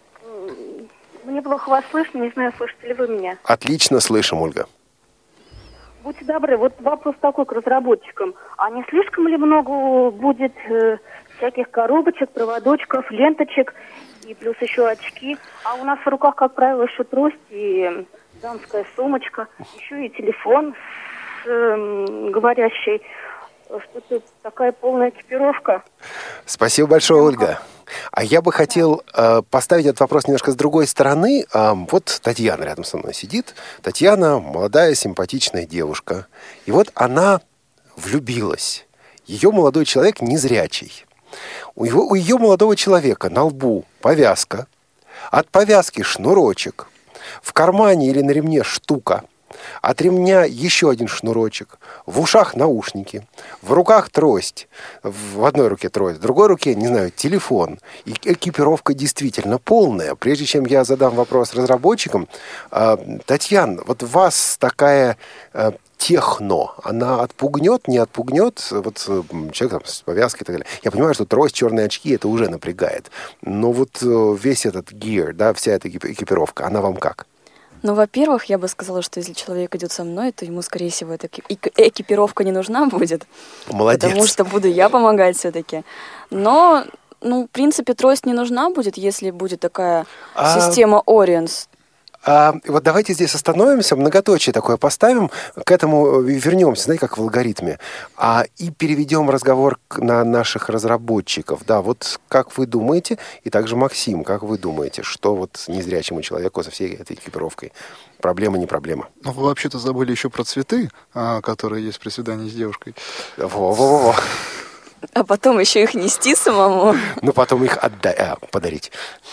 Speaker 15: Мне плохо вас слышно, не знаю, слышите ли вы меня.
Speaker 3: Отлично слышим, Ольга.
Speaker 15: Будьте добры, вот вопрос такой к разработчикам. А не слишком ли много будет э, всяких коробочек, проводочков, ленточек и плюс еще очки? А у нас в руках, как правило, еще трость и дамская сумочка, еще и телефон с э, говорящей. Что-то такая полная экипировка.
Speaker 3: Спасибо большое, Ольга. А я бы хотел э, поставить этот вопрос немножко с другой стороны. Э, вот Татьяна рядом со мной сидит. Татьяна молодая, симпатичная девушка. И вот она влюбилась. Ее молодой человек незрячий. У, его, у ее молодого человека на лбу повязка. От повязки шнурочек. В кармане или на ремне штука. От ремня еще один шнурочек, в ушах наушники, в руках трость, в одной руке трость, в другой руке, не знаю, телефон. И экипировка действительно полная. Прежде чем я задам вопрос разработчикам, э, Татьяна, вот вас такая э, техно, она отпугнет, не отпугнет? Вот э, человек там, с повязкой и так далее. Я понимаю, что трость, черные очки, это уже напрягает. Но вот э, весь этот gear, да, вся эта экипировка, она вам как?
Speaker 5: Ну, во-первых, я бы сказала, что если человек идет со мной, то ему, скорее всего, эта экипировка не нужна будет.
Speaker 3: Молодец.
Speaker 5: Потому что буду я помогать все-таки. Но, ну, в принципе, трость не нужна будет, если будет такая а... система Oriens.
Speaker 3: А, вот давайте здесь остановимся, многоточие такое поставим, к этому вернемся, знаете, как в алгоритме, а, и переведем разговор на наших разработчиков. Да, вот как вы думаете, и также Максим, как вы думаете, что вот незрячему человеку со всей этой экипировкой? Проблема, не проблема?
Speaker 6: Ну, вы вообще-то забыли еще про цветы, которые есть при свидании с девушкой.
Speaker 3: Во-во-во.
Speaker 5: А потом еще их нести самому.
Speaker 3: Ну, потом их отдать, а, подарить.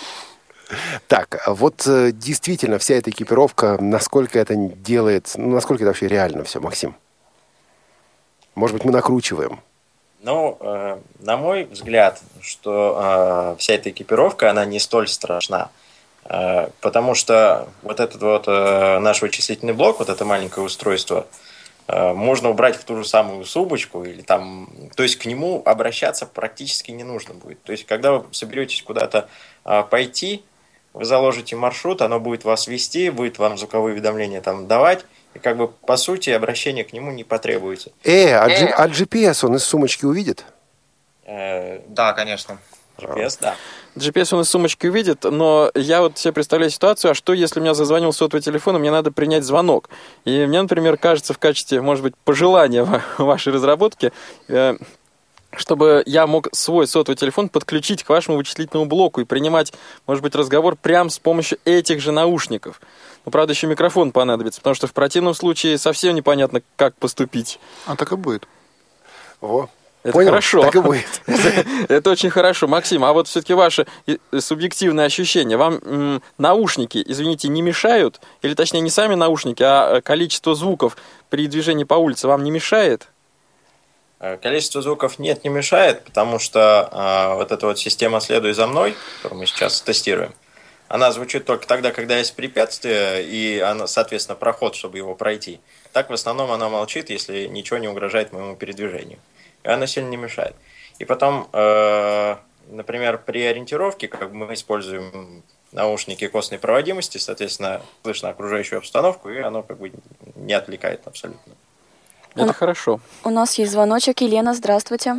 Speaker 3: Так, вот действительно вся эта экипировка, насколько это делает, ну, насколько это вообще реально все, Максим? Может быть, мы накручиваем?
Speaker 9: Ну, э, на мой взгляд, что э, вся эта экипировка, она не столь страшна, э, потому что вот этот вот э, наш вычислительный блок, вот это маленькое устройство, э, можно убрать в ту же самую сумочку, или там, то есть к нему обращаться практически не нужно будет. То есть, когда вы соберетесь куда-то э, пойти, вы заложите маршрут, оно будет вас вести, будет вам звуковые уведомления там давать, и как бы по сути обращение к нему не потребуется.
Speaker 3: Э, а, G- а джи пи эс он из сумочки увидит?
Speaker 9: Э,
Speaker 8: да, конечно.
Speaker 9: джи пи эс, да.
Speaker 4: джи пи эс он из сумочки увидит, но я вот себе представляю ситуацию, а что если меня зазвонил сотовый телефон, и мне надо принять звонок? И мне, например, кажется в качестве, может быть, пожелания вашей разработки, э, чтобы я мог свой сотовый телефон подключить к вашему вычислительному блоку и принимать, может быть, разговор прямо с помощью этих же наушников. Ну, правда, еще микрофон понадобится, потому что в противном случае совсем непонятно, как поступить.
Speaker 6: А так и будет.
Speaker 3: О,
Speaker 4: это
Speaker 3: понял?
Speaker 4: Хорошо.
Speaker 3: Так и будет.
Speaker 4: Это очень хорошо. Максим, а вот все-таки ваши субъективные ощущения. Вам наушники, извините, не мешают? Или, точнее, не сами наушники, а количество звуков при движении по улице вам не мешает?
Speaker 9: Количество звуков нет, не мешает, потому что э, вот эта вот система «Следуй за мной», которую мы сейчас тестируем, она звучит только тогда, когда есть препятствие и, она, соответственно, проход, чтобы его пройти. Так в основном она молчит, если ничего не угрожает моему передвижению. И она сильно не мешает. И потом, э, например, при ориентировке, как мы используем наушники костной проводимости, соответственно, слышно окружающую обстановку, и оно как бы не отвлекает абсолютно.
Speaker 4: Это
Speaker 5: у,
Speaker 4: хорошо.
Speaker 5: У нас есть звоночек. Елена, здравствуйте.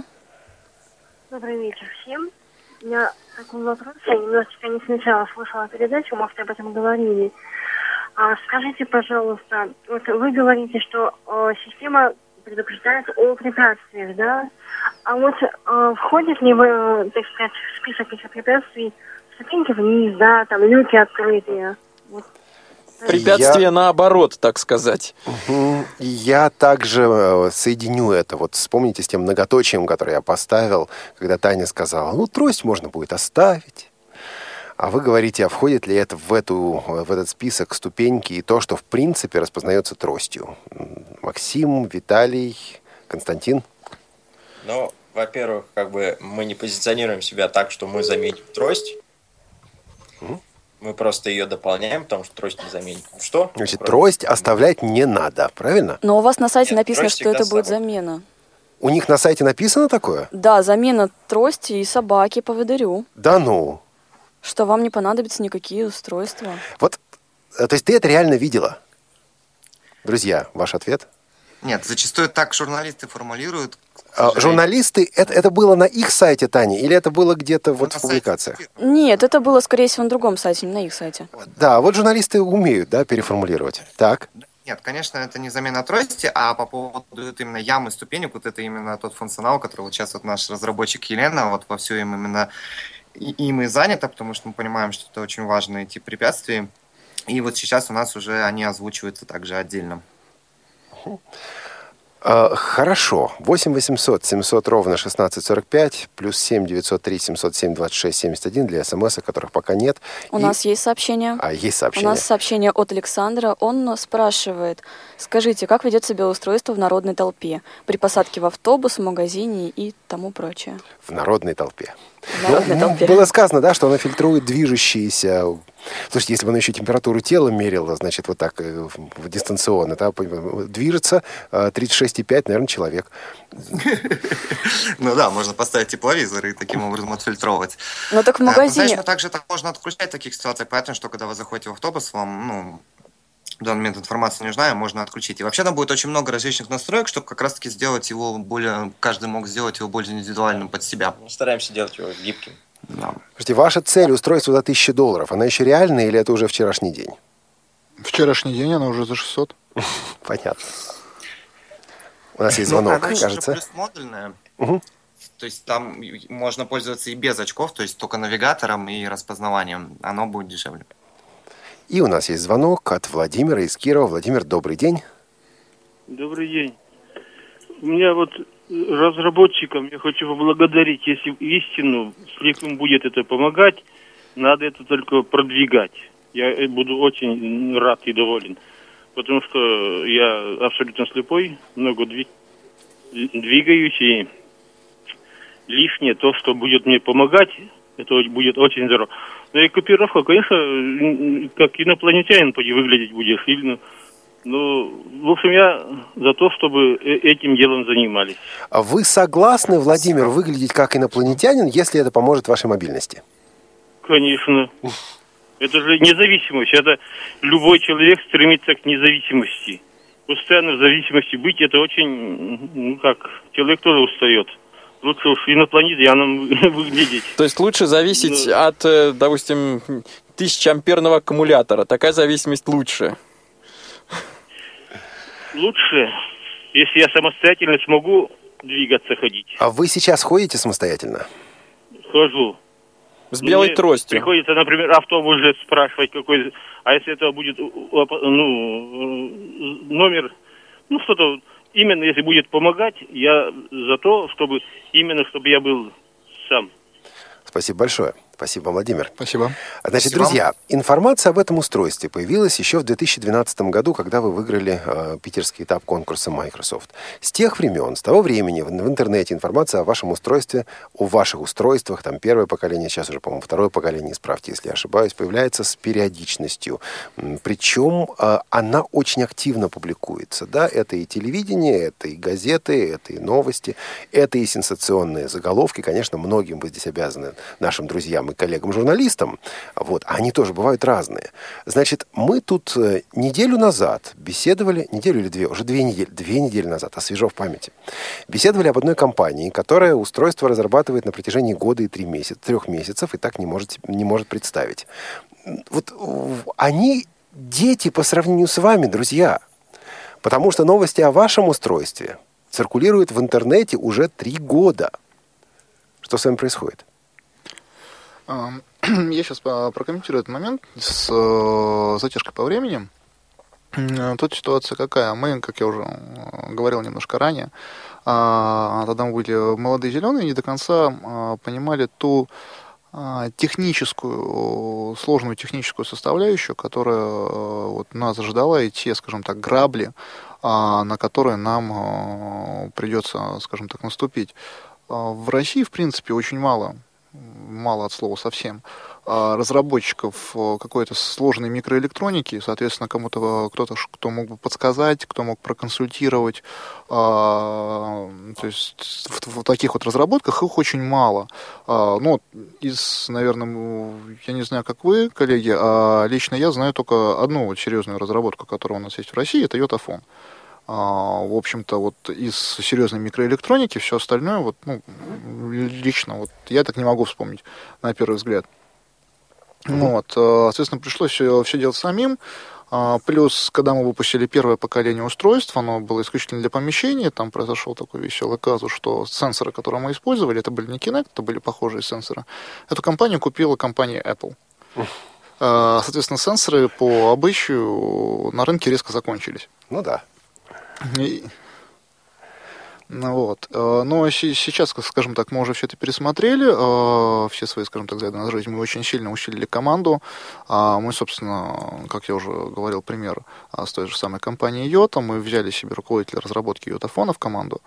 Speaker 15: Добрый вечер всем. У меня такой вопрос. Я немножечко не сначала слышала передачу, может, об этом говорили. А, скажите, пожалуйста, вот вы говорите, что э, система предупреждает о препятствиях, да? А вот э, входит ли в, так сказать, в список этих препятствий ступеньки вниз, да, там люки открытые? Вот.
Speaker 4: Препятствие я... наоборот, так сказать.
Speaker 3: Угу. Я также соединю это. Вот вспомните с тем многоточием, которое я поставил, когда Таня сказала, ну, трость можно будет оставить. А вы говорите, а входит ли это в, эту, в этот список ступеньки и то, что в принципе распознается тростью? Максим, Виталий, Константин?
Speaker 9: Ну, во-первых, как бы мы не позиционируем себя так, что мы заменим трость. Угу. Мы просто ее дополняем, потому что трость не заменит. Что?
Speaker 3: Значит, трость оставлять не надо, правильно?
Speaker 5: Но у вас на сайте
Speaker 9: Нет,
Speaker 5: написано, что это будет замена.
Speaker 3: У них на сайте написано такое?
Speaker 5: Да, замена трости и собаки поводырю.
Speaker 3: Да ну?
Speaker 5: Что вам не понадобятся никакие устройства.
Speaker 3: Вот, то есть ты это реально видела? Друзья, ваш ответ?
Speaker 8: Нет, зачастую так журналисты формулируют.
Speaker 3: А, журналисты, это, это было на их сайте, Таня, или это было где-то вот в публикациях?
Speaker 5: Нет, это было, скорее всего, на другом сайте, не на их сайте.
Speaker 3: Да, вот журналисты умеют, да, переформулировать. Так.
Speaker 8: Нет, конечно, это не замена трости, а по поводу именно ямы ступенек, вот это именно тот функционал, который вот сейчас вот наш разработчик Елена, вот во всем именно им и занята, потому что мы понимаем, что это очень важный тип препятствий. И вот сейчас у нас уже они озвучиваются также отдельно.
Speaker 3: Хорошо. восемь восемьсот семьсот ровно шестнадцать сорок пять, плюс семь девятьсот три семьсот семь двадцать шесть семьдесят один для смс, которых пока нет.
Speaker 5: У и... нас есть сообщение.
Speaker 3: А, есть сообщение.
Speaker 5: У нас сообщение от Александра. Он спрашивает, скажите, как ведет себя устройство в народной толпе при посадке в автобус, в магазине и тому прочее?
Speaker 3: В народной толпе.
Speaker 5: В народной
Speaker 3: ну,
Speaker 5: толпе.
Speaker 3: Было сказано, да, что оно фильтрует движущиеся... Слушайте, если бы оно еще температуру тела мерило, значит, вот так дистанционно, да, движется тридцать шесть и пять, наверное, человек.
Speaker 8: Ну да, можно поставить тепловизор и таким образом отфильтровать.
Speaker 5: Но так в магазине...
Speaker 8: Знаешь, также так можно отключать в таких ситуациях, поэтому, что когда вы заходите в автобус, вам, ну, в данный момент информация не нужна, можно отключить. И вообще там будет очень много различных настроек, чтобы как раз-таки сделать его более... Каждый мог сделать его более индивидуальным под себя.
Speaker 9: Мы стараемся делать его гибким.
Speaker 8: Да.
Speaker 3: Слушайте, ваша цель устройство за тысячу долларов, она еще реальная или это уже вчерашний день?
Speaker 6: Вчерашний день, она уже за шестьсот.
Speaker 3: Понятно. У нас есть звонок,
Speaker 8: ну, она
Speaker 3: кажется.
Speaker 8: Плюс модульная.
Speaker 3: Угу.
Speaker 8: То есть там можно пользоваться и без очков, то есть только навигатором и распознаванием. Оно будет дешевле.
Speaker 3: И у нас есть звонок от Владимира из Кирова. Владимир, добрый день.
Speaker 16: Добрый день. У меня вот разработчикам я хочу поблагодарить, если истину, если им будет это помогать, надо это только продвигать. Я буду очень рад и доволен, потому что я абсолютно слепой, много двигаюсь, и лишнее то, что будет мне помогать, это будет очень здорово. Но и копировка, конечно, как инопланетянин выглядеть будешь, или... Ну, в общем, я за то, чтобы этим делом занимались.
Speaker 3: А вы согласны, Владимир, выглядеть как инопланетянин, если это поможет вашей мобильности?
Speaker 16: Конечно. Это же независимость. Это любой человек стремится к независимости. Постоянно в зависимости быть, это очень, ну как, человек тоже устает. Лучше уж инопланетянином выглядеть.
Speaker 4: То есть лучше зависеть Но... от, допустим, тысячеамперного аккумулятора. Такая зависимость лучше.
Speaker 16: Лучше, если я самостоятельно смогу двигаться, ходить.
Speaker 3: А вы сейчас ходите самостоятельно?
Speaker 16: Хожу.
Speaker 4: С белой
Speaker 16: Мне
Speaker 4: тростью.
Speaker 16: Приходится, например, автобус же спрашивать, какой... А если это будет, ну, номер... Ну, что-то... Именно если будет помогать, я за то, чтобы... Именно, чтобы я был сам.
Speaker 3: Спасибо большое. Спасибо, Владимир.
Speaker 6: Спасибо.
Speaker 3: Значит,
Speaker 6: Спасибо.
Speaker 3: друзья, информация об этом устройстве появилась еще в две тысячи двенадцатом году, когда вы выиграли э, питерский этап конкурса Microsoft. С тех времен, с того времени в, в интернете информация о вашем устройстве, о ваших устройствах, там первое поколение, сейчас уже, по-моему, второе поколение, исправьте, если я ошибаюсь, появляется с периодичностью. Причем э, она очень активно публикуется. Да? Это и телевидение, это и газеты, это и новости, это и сенсационные заголовки. Конечно, многим вы здесь обязаны, нашим друзьям и коллегам-журналистам, вот, они тоже бывают разные. Значит, мы тут неделю назад беседовали, неделю или две, уже две недели, две недели назад, освежу в памяти, беседовали об одной компании, которая устройство разрабатывает на протяжении года и три месяца, трех месяцев и так не может, не может представить. Вот они дети по сравнению с вами, друзья, потому что новости о вашем устройстве циркулируют в интернете уже три года. Что с вами происходит?
Speaker 6: Я сейчас прокомментирую этот момент с затяжкой по времени. Тут ситуация какая? Мы, как я уже говорил немножко ранее, тогда мы были молодые зеленые, не до конца понимали ту техническую, сложную техническую составляющую, которая вот нас ждала, и те, скажем так, грабли, на которые нам придется, скажем так, наступить. В России, в принципе, очень мало мало от слова совсем, разработчиков какой-то сложной микроэлектроники, соответственно, кому-то кто-то, кто мог бы подсказать, кто мог проконсультировать. То есть в, в таких вот разработках их очень мало. Ну, из, наверное, я не знаю, как вы, коллеги, а лично я знаю только одну вот серьезную разработку, которая у нас есть в России, это Йотафон. В общем-то, вот из серьезной микроэлектроники все остальное, вот, ну, лично, вот я так не могу вспомнить на первый взгляд. Mm-hmm. Вот, соответственно, пришлось все, все делать самим. Плюс, когда мы выпустили первое поколение устройств, оно было исключительно для помещения, там произошел такой веселый казус, что сенсоры, которые мы использовали, это были не Kinect, это были похожие сенсоры. Эту компанию купила компания Apple. Соответственно, сенсоры по обычаю на рынке резко закончились.
Speaker 3: Ну да.
Speaker 6: И... Вот. Но сейчас, скажем так, мы уже все это пересмотрели, все свои, скажем так, взгляды на жизнь, мы очень сильно усилили команду. Мы, собственно, как я уже говорил, пример с той же самой компанией Йота, мы взяли себе руководителя разработки Йотафона в команду,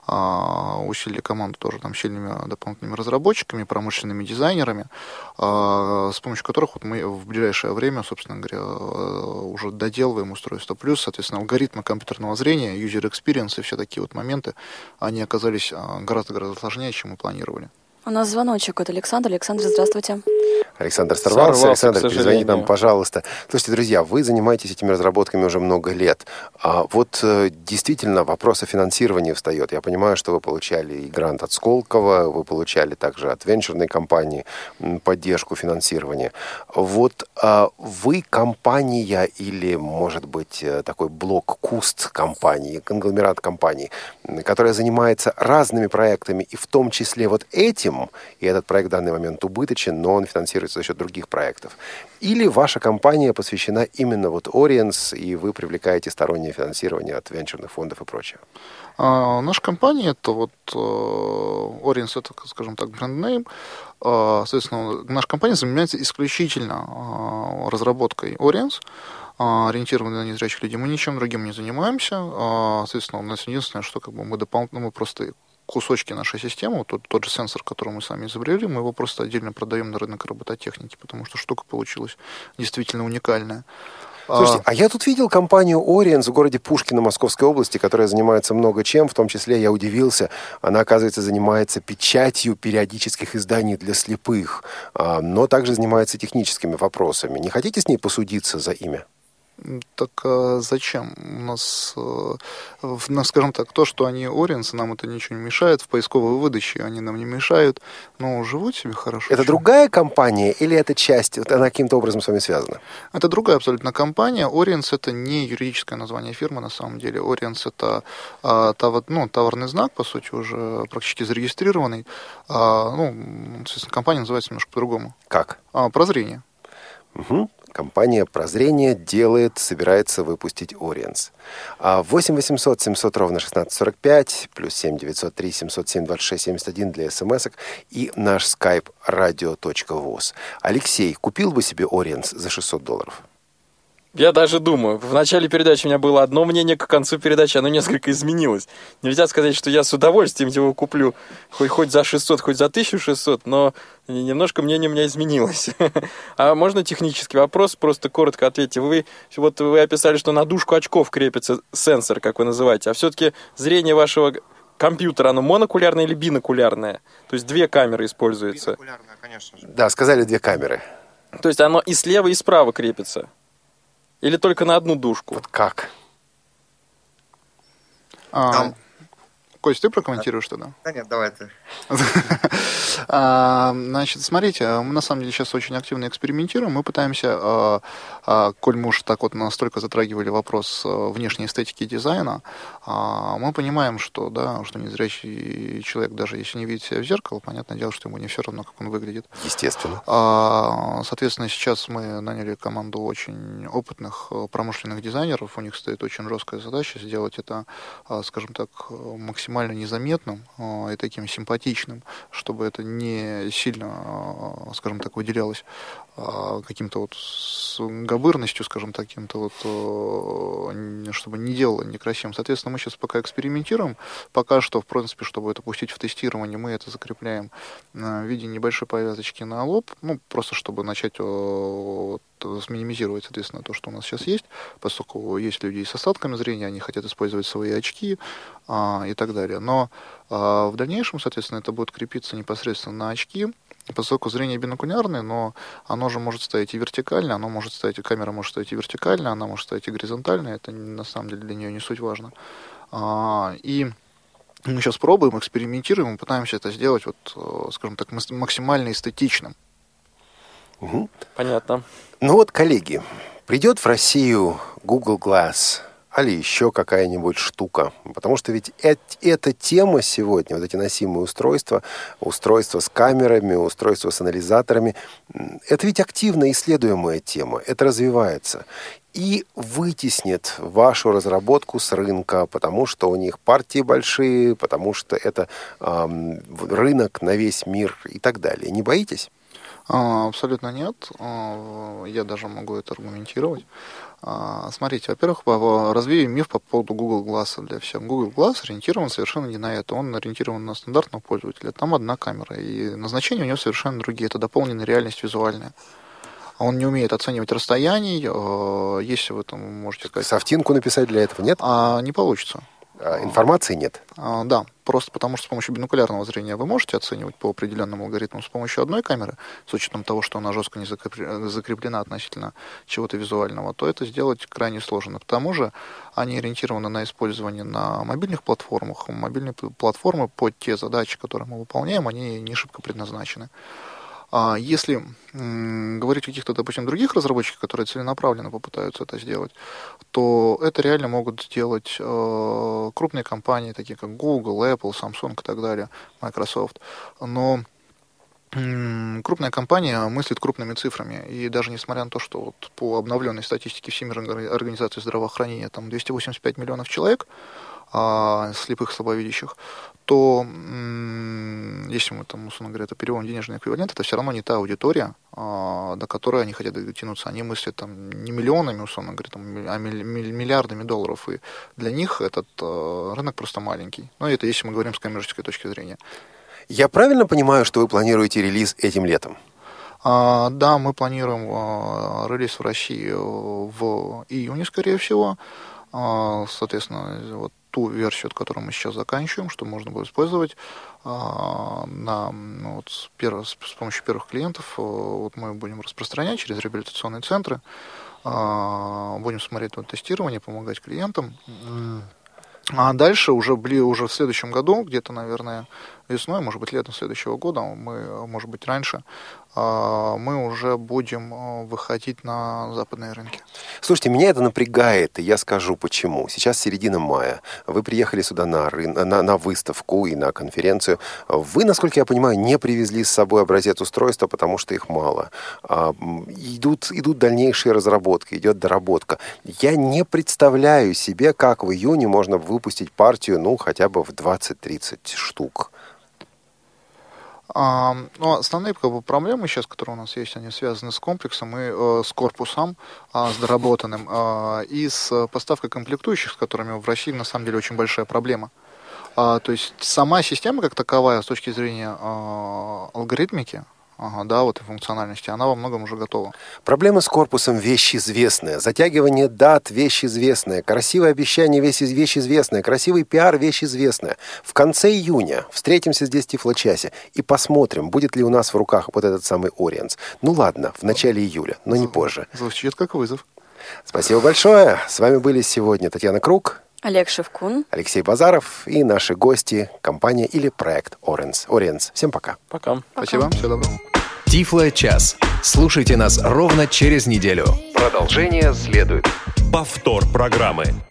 Speaker 6: усилили команду тоже там сильными дополнительными разработчиками, промышленными дизайнерами, с помощью которых вот мы в ближайшее время, собственно говоря, уже доделываем устройство. Плюс, соответственно, алгоритмы компьютерного зрения, user experience и все такие вот моменты, они оказались гораздо-гораздо сложнее, чем мы планировали.
Speaker 5: У нас звоночек от Александра. Александр, здравствуйте.
Speaker 3: Александр сорвался.
Speaker 4: Сорвался,
Speaker 3: Александр, перезвоните нам, пожалуйста. Слушайте, друзья, вы занимаетесь этими разработками уже много лет. А вот действительно вопрос о финансировании встает. Я понимаю, что вы получали и грант от Сколково, вы получали также от венчурной компании поддержку финансирования. Вот а вы компания или, может быть, такой блок куст компании, конгломерат компаний, которая занимается разными проектами, и в том числе вот этим, и этот проект в данный момент убыточен, но он финансируется за счет других проектов. Или ваша компания посвящена именно вот Oriens, и вы привлекаете стороннее финансирование от венчурных фондов и прочее?
Speaker 6: А, наша компания, это вот Oriens, это, скажем так, бренд-нейм. А, соответственно, наша компания занимается исключительно а, разработкой Oriens, ориентированные на незрячих людей. Мы ничем другим не занимаемся. А, соответственно, у нас единственное, что как бы мы дополнительно, мы просто кусочки нашей системы, тот, тот же сенсор, который мы сами изобрели, мы его просто отдельно продаем на рынок робототехники, потому что штука получилась действительно уникальная.
Speaker 3: Слушайте, а я тут видел компанию Oriens в городе Пушкино Московской области, которая занимается много чем, в том числе, я удивился, она, оказывается, занимается печатью периодических изданий для слепых, но также занимается техническими вопросами. Не хотите с ней посудиться за имя?
Speaker 6: Так а зачем? У нас, ну, скажем так, то, что они Oriens, нам это ничего не мешает. В поисковой выдаче они нам не мешают. Но живут себе хорошо.
Speaker 3: Это другая компания или это часть, вот она каким-то образом с вами связана?
Speaker 6: Это другая абсолютно компания. Oriens это не юридическое название фирмы на самом деле. Oriens это а, товар, ну, товарный знак, по сути, уже практически зарегистрированный. А, ну, естественно, компания называется немножко по-другому.
Speaker 3: Как?
Speaker 6: А, Прозрение.
Speaker 3: Угу. Компания «Прозрение» делает, собирается выпустить Oriens. восемь восемьсот семьсот ровно шестнадцать сорок пять, плюс семь девятьсот три семьсот семь двадцать шесть семьдесят один для смс-ок и наш скайп радио точка воз. Алексей, купил бы себе Oriens за шестьсот долларов?
Speaker 4: Я даже думаю. В начале передачи у меня было одно мнение, к концу передачи оно несколько изменилось. Нельзя сказать, что я с удовольствием его куплю хоть, хоть за шестьсот, хоть за тысячу шестьсот, но немножко мнение у меня изменилось. А можно технический вопрос? Просто коротко ответьте. Вы, вот вы описали, что на дужку очков крепится сенсор, как вы называете, а все-таки зрение вашего компьютера, оно монокулярное или бинокулярное? То есть две камеры используются?
Speaker 8: Бинокулярное, конечно же.
Speaker 3: Да, сказали две камеры.
Speaker 4: То есть оно и слева, и справа крепится? Или только на одну дужку?
Speaker 3: Вот как?
Speaker 6: А, Там... Кость, ты прокомментируешь тогда?
Speaker 8: Да нет, давай ты.
Speaker 6: Значит, смотрите, мы на самом деле сейчас очень активно экспериментируем. Мы пытаемся, коль мы уж так вот настолько затрагивали вопрос внешней эстетики и дизайна, мы понимаем, что, да, что незрячий человек, даже если не видит себя в зеркало, понятное дело, что ему не все равно, как он выглядит.
Speaker 3: Естественно.
Speaker 6: Соответственно, сейчас мы наняли команду очень опытных промышленных дизайнеров. У них стоит очень жесткая задача сделать это, скажем так, максимально незаметным и таким симпатичным, чтобы это это не сильно, скажем так, выделялось каким-то вот с габырностью, скажем так, каким-то вот, чтобы не делало некрасивым. Соответственно, мы сейчас пока экспериментируем. Пока что, в принципе, чтобы это пустить в тестирование, мы это закрепляем в виде небольшой повязочки на лоб, ну, просто чтобы начать вот, минимизировать, соответственно, то, что у нас сейчас есть, поскольку есть люди с остатками зрения, они хотят использовать свои очки а, и так далее. Но а, в дальнейшем, соответственно, это будет крепиться непосредственно на очки, поскольку зрение бинокулярное, но оно же может стоять и вертикально, оно может стоять, и камера может стоять и вертикально, она может стоять и горизонтально, это на самом деле для нее не суть важно. А, и мы сейчас пробуем, экспериментируем, пытаемся это сделать, вот, скажем так, максимально эстетичным.
Speaker 3: Угу.
Speaker 4: Понятно.
Speaker 3: Ну вот, коллеги, придет в Россию Google Glass или еще какая-нибудь штука, потому что ведь э- эта тема сегодня, вот эти носимые устройства, устройства с камерами, устройства с анализаторами, это ведь активно исследуемая тема, это развивается. И вытеснит вашу разработку с рынка, потому что у них партии большие, потому что это эм, рынок на весь мир и так далее. Не боитесь?
Speaker 6: Абсолютно нет. Я даже могу это аргументировать. Смотрите, во-первых, развеем миф по поводу Google Glass для всех. Google Glass ориентирован совершенно не на это. Он ориентирован на стандартного пользователя. Там одна камера, и назначения у него совершенно другие. Это дополненная реальность визуальная. Он не умеет оценивать расстояний. Если вы там можете сказать...
Speaker 3: Софтинку написать для этого нет?
Speaker 6: А, не получится.
Speaker 3: А, информации нет?
Speaker 6: А, да, просто потому что с помощью бинокулярного зрения вы можете оценивать по определенному алгоритму. С помощью одной камеры, с учетом того, что она жестко не закреплена относительно чего-то визуального, то это сделать крайне сложно. К тому же они ориентированы на использование на мобильных платформах. Мобильные платформы под те задачи, которые мы выполняем, они не шибко предназначены. Если м, говорить о каких-то, допустим, других разработчиках, которые целенаправленно попытаются это сделать, то это реально могут сделать э, крупные компании, такие как Google, Apple, Samsung и так далее, Microsoft. Но м, крупная компания мыслит крупными цифрами. И даже несмотря на то, что вот по обновленной статистике Всемирной организации здравоохранения там двести восемьдесят пять миллионов человек, а, слепых, слабовидящих, то м- если мы там, условно говоря, это переводим денежный эквивалент, это все равно не та аудитория, а, до которой они хотят дотянуться. Они мыслят там не миллионами, условно говоря, там, а миллиардами долларов. И для них этот а, рынок просто маленький. Но это если мы говорим с коммерческой точки зрения.
Speaker 3: Я правильно понимаю, что вы планируете релиз этим летом?
Speaker 6: А, да, мы планируем а, релиз в России в июне, скорее всего. А, соответственно, вот ту версию, которую мы сейчас заканчиваем, что можно будет использовать а, на, ну, вот, с, перв, с, с помощью первых клиентов. Вот мы будем распространять через реабилитационные центры, а, будем смотреть на тестирование, помогать клиентам. А дальше уже, уже в следующем году, где-то, наверное, весной, может быть, летом следующего года, мы, может быть, раньше, мы уже будем выходить на западные рынки.
Speaker 3: Слушайте, меня это напрягает, и я скажу почему. Сейчас середина мая. Вы приехали сюда на, рын... на, на выставку и на конференцию. Вы, насколько я понимаю, не привезли с собой образец устройства, потому что их мало. Идут, идут дальнейшие разработки, идет доработка. Я не представляю себе, как в июне можно выпустить партию, ну, хотя бы в двадцать-тридцать штук.
Speaker 6: А, ну, основные как бы, проблемы сейчас, которые у нас есть, они связаны с комплексом и э, с корпусом, э, с доработанным, э, и с поставкой комплектующих, с которыми в России на самом деле очень большая проблема. А, то есть сама система как таковая с точки зрения э, алгоритмики, Ага, да, вот и функциональности, она во многом уже готова.
Speaker 3: Проблема с корпусом – вещь известная. Затягивание дат – вещь известная. Красивое обещание – вещь известная. Красивый пиар – вещь известная. В конце июня встретимся здесь в Тифлочасе и посмотрим, будет ли у нас в руках вот этот самый Oriens. Ну ладно, в начале июля, но не позже.
Speaker 6: Звучит как вызов.
Speaker 3: Спасибо большое. С вами были сегодня Татьяна Круг,
Speaker 5: Олег Шевкун,
Speaker 3: Алексей Базаров и наши гости, компания или проект Oriens. Oriens. Всем пока.
Speaker 4: Пока.
Speaker 6: Спасибо, всего доброго.
Speaker 1: Тифло-час. Слушайте нас ровно через неделю.
Speaker 7: Продолжение следует.
Speaker 1: Повтор программы.